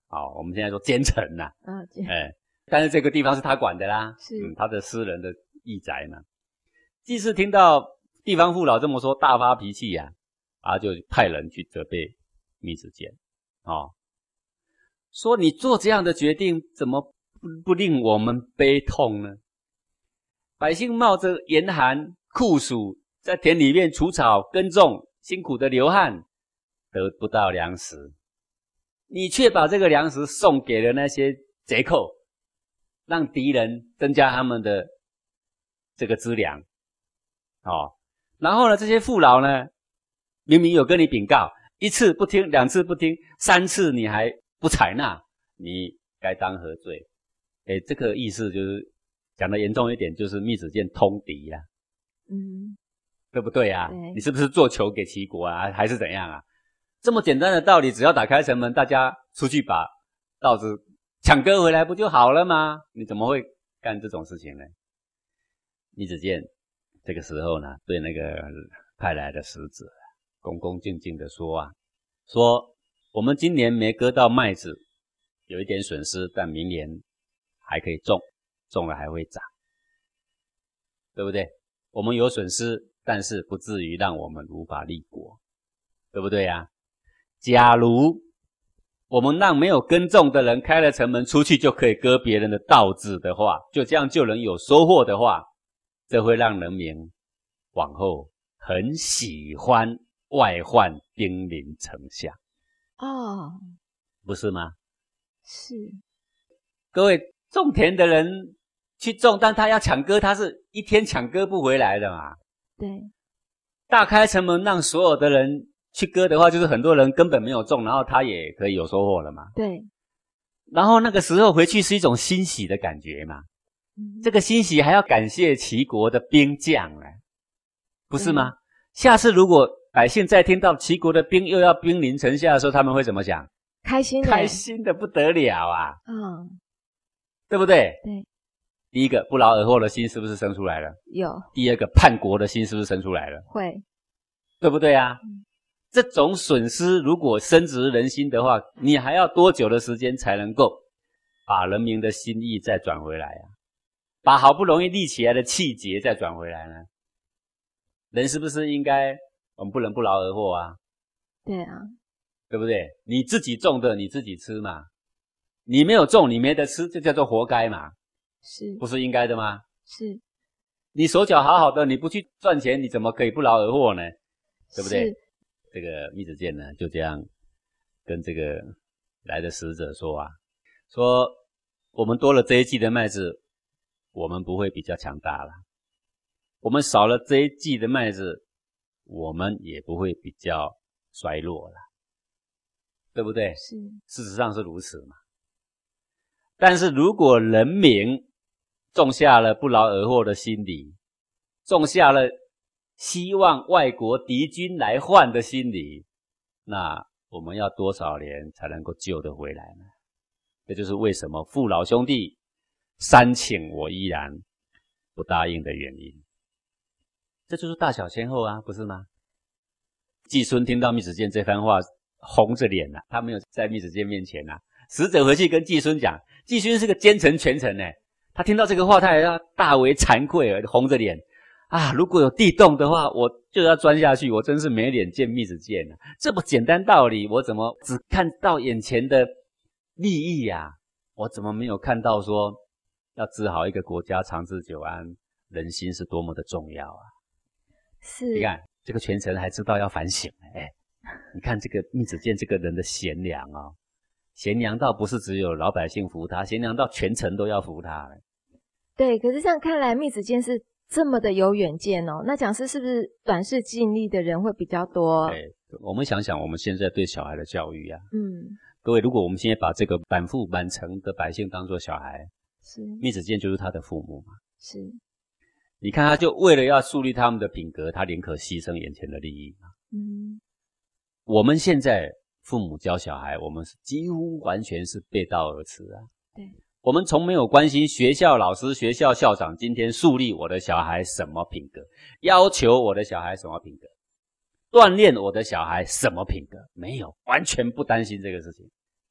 我们现在说奸臣呐，但是这个地方是他管的啦， 是他的私人的义宅嘛。祭司听到地方父老这么说，大发脾气呀，就派人去责备密子建，说你做这样的决定，怎么不令我们悲痛呢？百姓冒着严寒酷暑，在田里面除草耕种，辛苦的流汗，得不到粮食，你却把这个粮食送给了那些贼寇，让敌人增加他们的这个资粮。然后呢，这些父老呢，明明有跟你禀告，1次不听，2次不听，3次你还不采纳，你该当何罪？这个意思就是讲得严重一点，就是密子建通敌啦，对不对啊？你是不是做球给齐国啊，还是怎样啊？这么简单的道理，只要打开城门，大家出去把稻子抢割回来不就好了吗？你怎么会干这种事情呢？密子建这个时候呢，对那个派来的使者恭恭敬敬的说我们今年没割到麦子，有一点损失，但明年还可以种了还会长，对不对？我们有损失，但是不至于让我们无法立国，对不对啊？假如我们让没有耕种的人开了城门出去就可以割别人的稻子的话，就这样就能有收获的话，这会让人民往后很喜欢外患兵临城下。不是吗？ 是。 各位，种田的人去种，但他要抢割，他是一天抢割不回来的嘛。 对。 大开城门让所有的人去割的话，就是很多人根本没有种，然后他也可以有收获了嘛。 对。 然后那个时候回去是一种欣喜的感觉嘛。这个欣喜还要感谢齐国的兵将呢，不是吗？下次如果百姓再听到齐国的兵又要兵临城下的时候，他们会怎么想？ 开心的不得了啊！对不对？ 对。 第一个不劳而获的心是不是生出来了？ 有。 第二个叛国的心是不是生出来了？ 会。 对不对啊？这种损失如果深植人心的话，你还要多久的时间才能够把人民的心意再转回来啊？把好不容易立起来的气节再转回来呢？人是不是应该我们不能不劳而获啊？ 对啊。 对不对？你自己种的你自己吃嘛，你没有种你没得吃，就叫做活该嘛。 是。不是应该的吗？ 是。 你手脚好好的，你不去赚钱，你怎么可以不劳而获呢？对不对？这个密子建呢，就这样跟这个来的使者说说我们多了这一季的麦子，我们不会比较强大了；我们少了这一季的麦子，我们也不会比较衰落了，对不对？ 是。 事实上是如此嘛。但是如果人民种下了不劳而获的心理，种下了希望外国敌军来换的心理，那我们要多少年才能够救得回来呢？这就是为什么父老兄弟3请我依然不答应的原因。这就是大小先后啊，不是吗？季孙听到密子建这番话，红着脸啊，他没有在密子建面前啊。使者回去跟季孙讲，季孙是个奸臣权臣他听到这个话，他也要大为惭愧，红着脸如果有地洞的话，我就要钻下去，我真是没脸见密子建啊。这么简单道理，我怎么只看到眼前的利益啊？我怎么没有看到说要治好一个国家长治久安，人心是多么的重要啊？ 是。 你看这个权臣还知道要反省你看这个密子建这个人的贤良贤良到不是只有老百姓服他，贤良到全城都要服他。 对，可是这样看来密子建是这么的有远见那讲师是不是短视近利的人会比较多？ 对，我们想想我们现在对小孩的教育啊，各位，如果我们现在把这个满腹满城的百姓当作小孩， 是密子建就是他的父母嘛。 是。 你看他就为了要树立他们的品格，他宁可牺牲眼前的利益嘛。我们现在父母教小孩，我们是几乎完全是背道而驰啊。 对。 我们从没有关心学校老师、学校校长今天树立我的小孩什么品格，要求我的小孩什么品格，锻炼我的小孩什么品格，没有，完全不担心这个事情。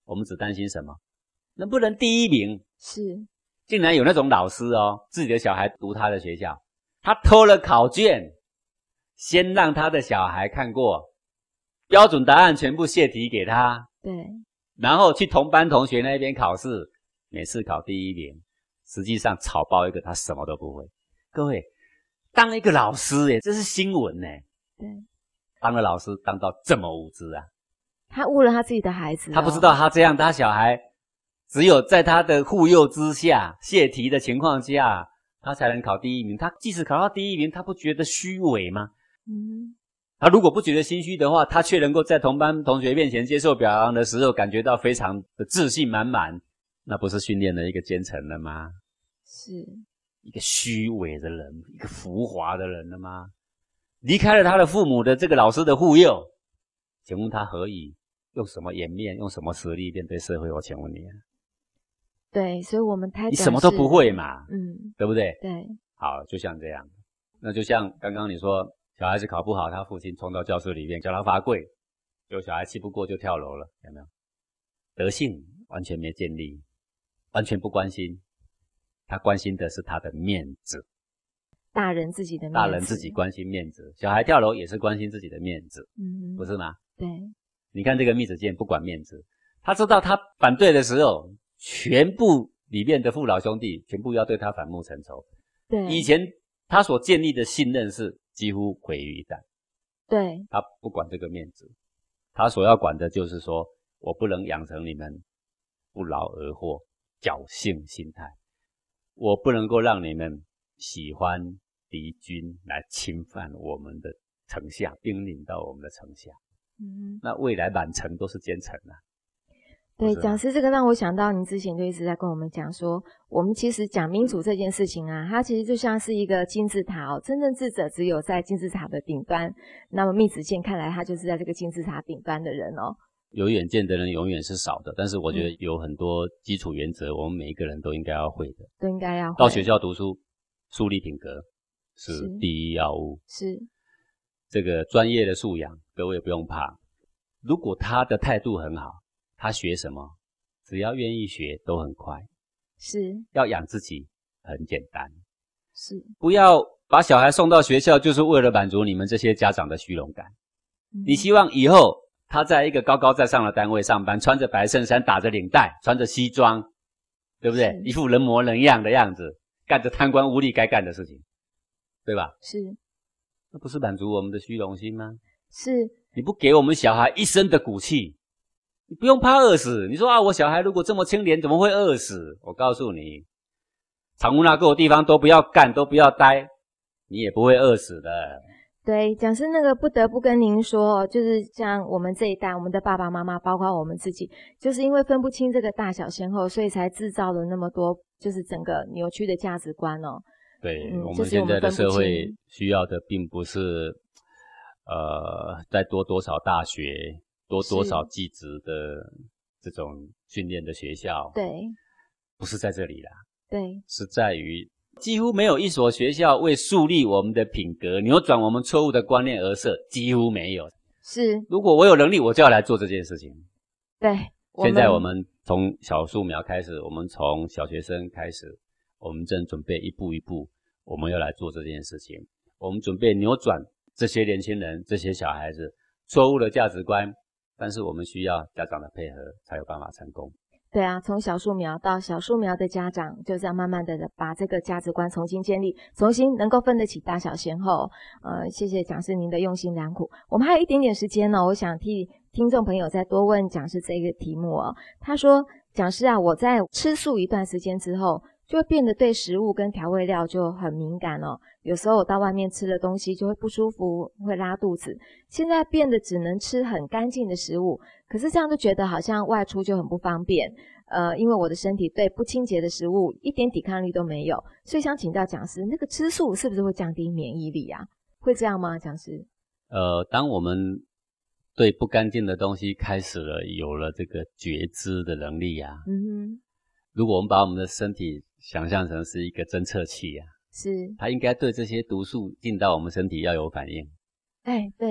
我们只担心什么？能不能第一名？ 是， 竟然有那种老师哦，自己的小孩读他的学校，他偷了考卷，先让他的小孩看过，标准答案全部泄题给他， 对， 然后去同班同学那边考试，每次考第一名，实际上草包一个他什么都不会。各位，当一个老师耶，这是新闻耶。 对， 当了老师当到这么无知啊， 他误了他自己的孩子， 他不知道他这样他小孩只有在他的护佑之下泄题的情况下他才能考第一名，他即使考到第一名他不觉得虚伪吗？他如果不觉得心虚的话，他却能够在同班同学面前接受表扬的时候感觉到非常的自信满满，那不是训练了一个奸臣了吗？ 是一个虚伪的人，一个浮华的人了吗？离开了他的父母的这个老师的护佑，请问他何以用什么颜面用什么实力面对社会？我请问你啊， 对，所以我们你什么都不会嘛，对不对？ 对， 好，就像这样，那就像刚刚你说小孩子考不好，他父亲冲到教室里面叫他罚跪，结果小孩气不过就跳楼了，有没有？德性完全没建立，完全不关心，他关心的是他的面子。 大人自己的面子， 大人自己关心面子，小孩跳楼也是关心自己的面子，不是吗？ 对， 你看这个密子健不管面子，他知道他反对的时候，全部里面的父老兄弟全部要对他反目成仇。 对， 以前他所建立的信任是几乎毁于一旦。 对， 他不管这个面子，他所要管的就是说，我不能养成你们不劳而获、侥幸心态，我不能够让你们喜欢敌军来侵犯我们的城下，兵临到我们的城下。那未来满城都是奸臣啊。 对，讲师这个让我想到，您之前就一直在跟我们讲说，我们其实讲民主这件事情啊，它其实就像是一个金字塔哦，真正智者只有在金字塔的顶端。那么密子健看来他就是在这个金字塔顶端的人哦。有远见的人永远是少的，但是我觉得有很多基础原则，我们每一个人都应该要会的， 都应该要会。 到学校读书，树立品格是第一要务。 是这个专业的素养，各位不用怕。如果他的态度很好，他学什么，只要愿意学都很快。 是要养自己很简单， 是不要把小孩送到学校就是为了满足你们这些家长的虚荣感。你希望以后他在一个高高在上的单位上班，穿着白衬衫，打着领带，穿着西装，对不对？一副人模人样的样子，干着贪官污吏该干的事情，对吧？ 是， 那不是满足我们的虚荣心吗？ 是， 你不给我们小孩一身的骨气，你不用怕饿死。你说啊，我小孩如果这么清廉，怎么会饿死？我告诉你，藏污纳垢的地方都不要干，都不要待，你也不会饿死的。 对，讲师那个不得不跟您说，就是像我们这一代，我们的爸爸妈妈，包括我们自己，就是因为分不清这个大小先后，所以才制造了那么多就是整个扭曲的价值观哦。 对，我们现在的社会需要的并不是再多少大学，多少技职的这种训练的学校， 对， 不是在这里啦， 对， 是在于几乎没有一所学校为树立我们的品格、扭转我们错误的观念而设，几乎没有。 是， 如果我有能力，我就要来做这件事情。 对， 现在我们从小树苗开始，我们从小学生开始，我们正准备一步一步，我们要来做这件事情。我们准备扭转这些年轻人、这些小孩子错误的价值观，但是我们需要家长的配合，才有办法成功。 对啊，从小树苗到小树苗的家长，就这样慢慢的把这个价值观重新建立，重新能够分得起大小先后。谢谢讲师您的用心良苦。我们还有一点点时间呢，我想替听众朋友再多问讲师这个题目哦。他说，讲师啊，我在吃素一段时间之后，就会变得对食物跟调味料就很敏感哦。有时候我到外面吃的东西就会不舒服，会拉肚子。现在变得只能吃很干净的食物，可是这样就觉得好像外出就很不方便。因为我的身体对不清洁的食物一点抵抗力都没有，所以想请教讲师，那个吃素是不是会降低免疫力啊？会这样吗，讲师？ 当我们对不干净的东西开始有了这个觉知的能力啊，如果我们把我们的身体想象成是一个侦测器啊， 是， 它应该对这些毒素进到我们身体要有反应。 哎，对，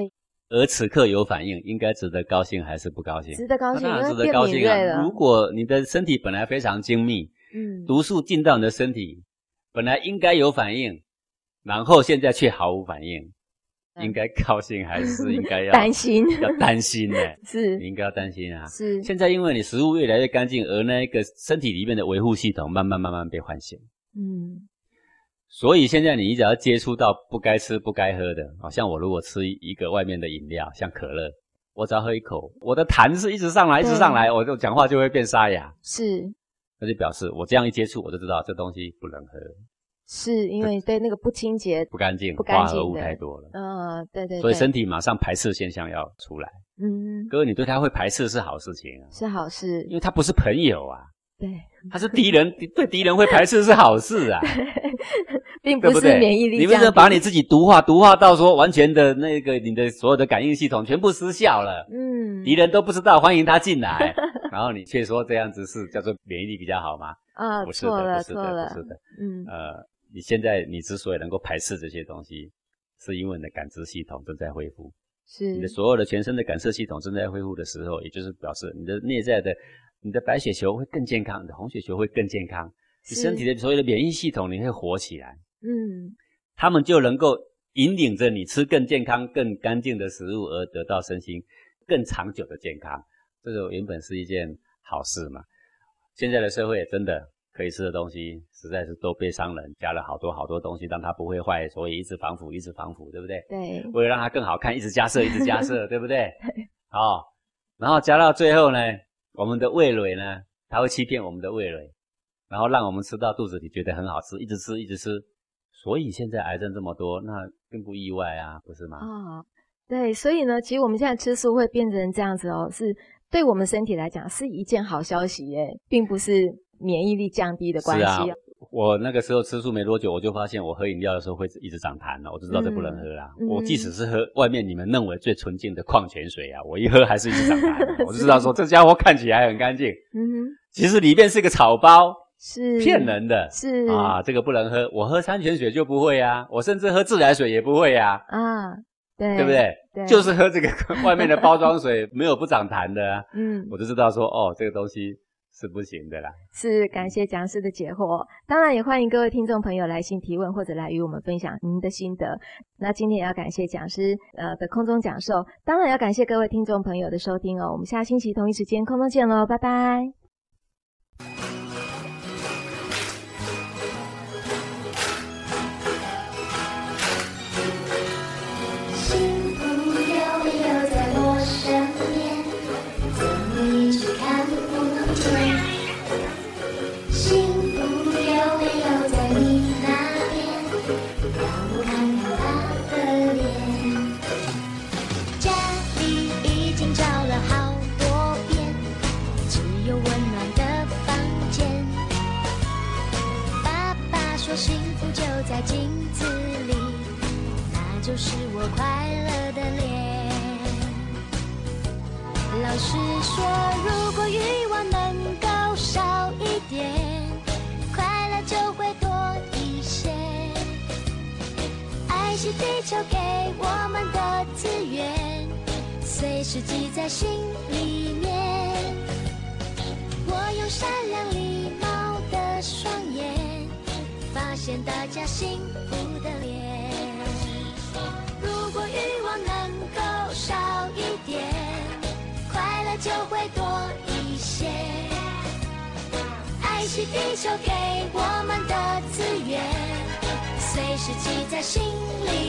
而此刻有反应，应该值得高兴还是不高兴？ 值得高兴， 当然值因为得高兴了。 如果你的身体本来非常精密，毒素进到你的身体，本来应该有反应，然后现在却毫无反应，应该高兴还是应该要担心？ 要担心呢？ 是， 你应该要担心啊。 是， 现在因为你食物越来越干净，而那个身体里面的维护系统慢慢被唤醒。所以现在你只要接触到不该吃不该喝的，像我如果吃一个外面的饮料，像可乐，我只要喝一口，我的痰是一直上来，我就讲话就会变沙哑。 是， 那就表示我这样一接触，我就知道这东西不能喝。 是因为对那个不清洁、 不干净、化合物太多了。 对。 所以身体马上排斥现象要出来。各位，你对它会排斥是好事情啊， 是好事， 因为它不是朋友啊。 对， 他是敌人，对敌人会排斥是好事啊， 并不是免疫力降低。 你不是把你自己毒化到说完全的那个你的所有的感应系统全部失效了，敌人都不知道欢迎他进来，然后你却说这样子是叫做免疫力比较好吗？不是的，不是的。你现在你之所以能够排斥这些东西，是因为你的感知系统正在恢复， 是你的所有的全身的感受系统正在恢复的时候，也就是表示你的内在的。你的白血球会更健康，你的红血球会更健康，你身体的所有的免疫系统你会活起来。他们就能够引领着你吃更健康、更干净的食物，而得到身心更长久的健康。这个原本是一件好事嘛。现在的社会真的可以吃的东西实在是都被商人加了好多东西，让它不会坏，所以一直防腐，对不对？ 对。 为了让它更好看，一直加色，对不对？然后加到最后呢，我们的味蕾呢，它会欺骗我们的味蕾，然后让我们吃到肚子里觉得很好吃，一直吃。所以现在癌症这么多，那并不意外啊，不是吗？ 对，所以呢，其实我们现在吃素会变成这样子是对我们身体来讲是一件好消息耶，并不是免疫力降低的关系。 是啊，我那个时候吃素没多久，我就发现我喝饮料的时候会一直长痰了，我就知道这不能喝啦。我即使是喝外面你们认为最纯净的矿泉水啊，我一喝还是一直长痰，我就知道说这家伙看起来很干净，其实里面是个草包，是骗人的， 是这个不能喝。我喝山泉水就不会啊，我甚至喝自来水也不会啊。 对， 对不对？对，就是喝这个外面的包装水，没有不长痰的啊。我就知道说这个东西是不行的啦。是， 感谢讲师的解惑。当然也欢迎各位听众朋友来信提问，或者来与我们分享您的心得。那今天也要感谢讲师的空中讲授，当然要感谢各位听众朋友的收听我们下星期同一时间空中见咯，拜拜。幸福就在镜子里，那就是我快乐的脸。老师说，如果欲望能够少一点，快乐就会多一些。爱是地球给我们的资源，随时记在心里面。我用善良礼貌的双眼，发现大家幸福的脸。如果欲望能够少一点，快乐就会多一些。爱是地球给我们的资源，随时记在心里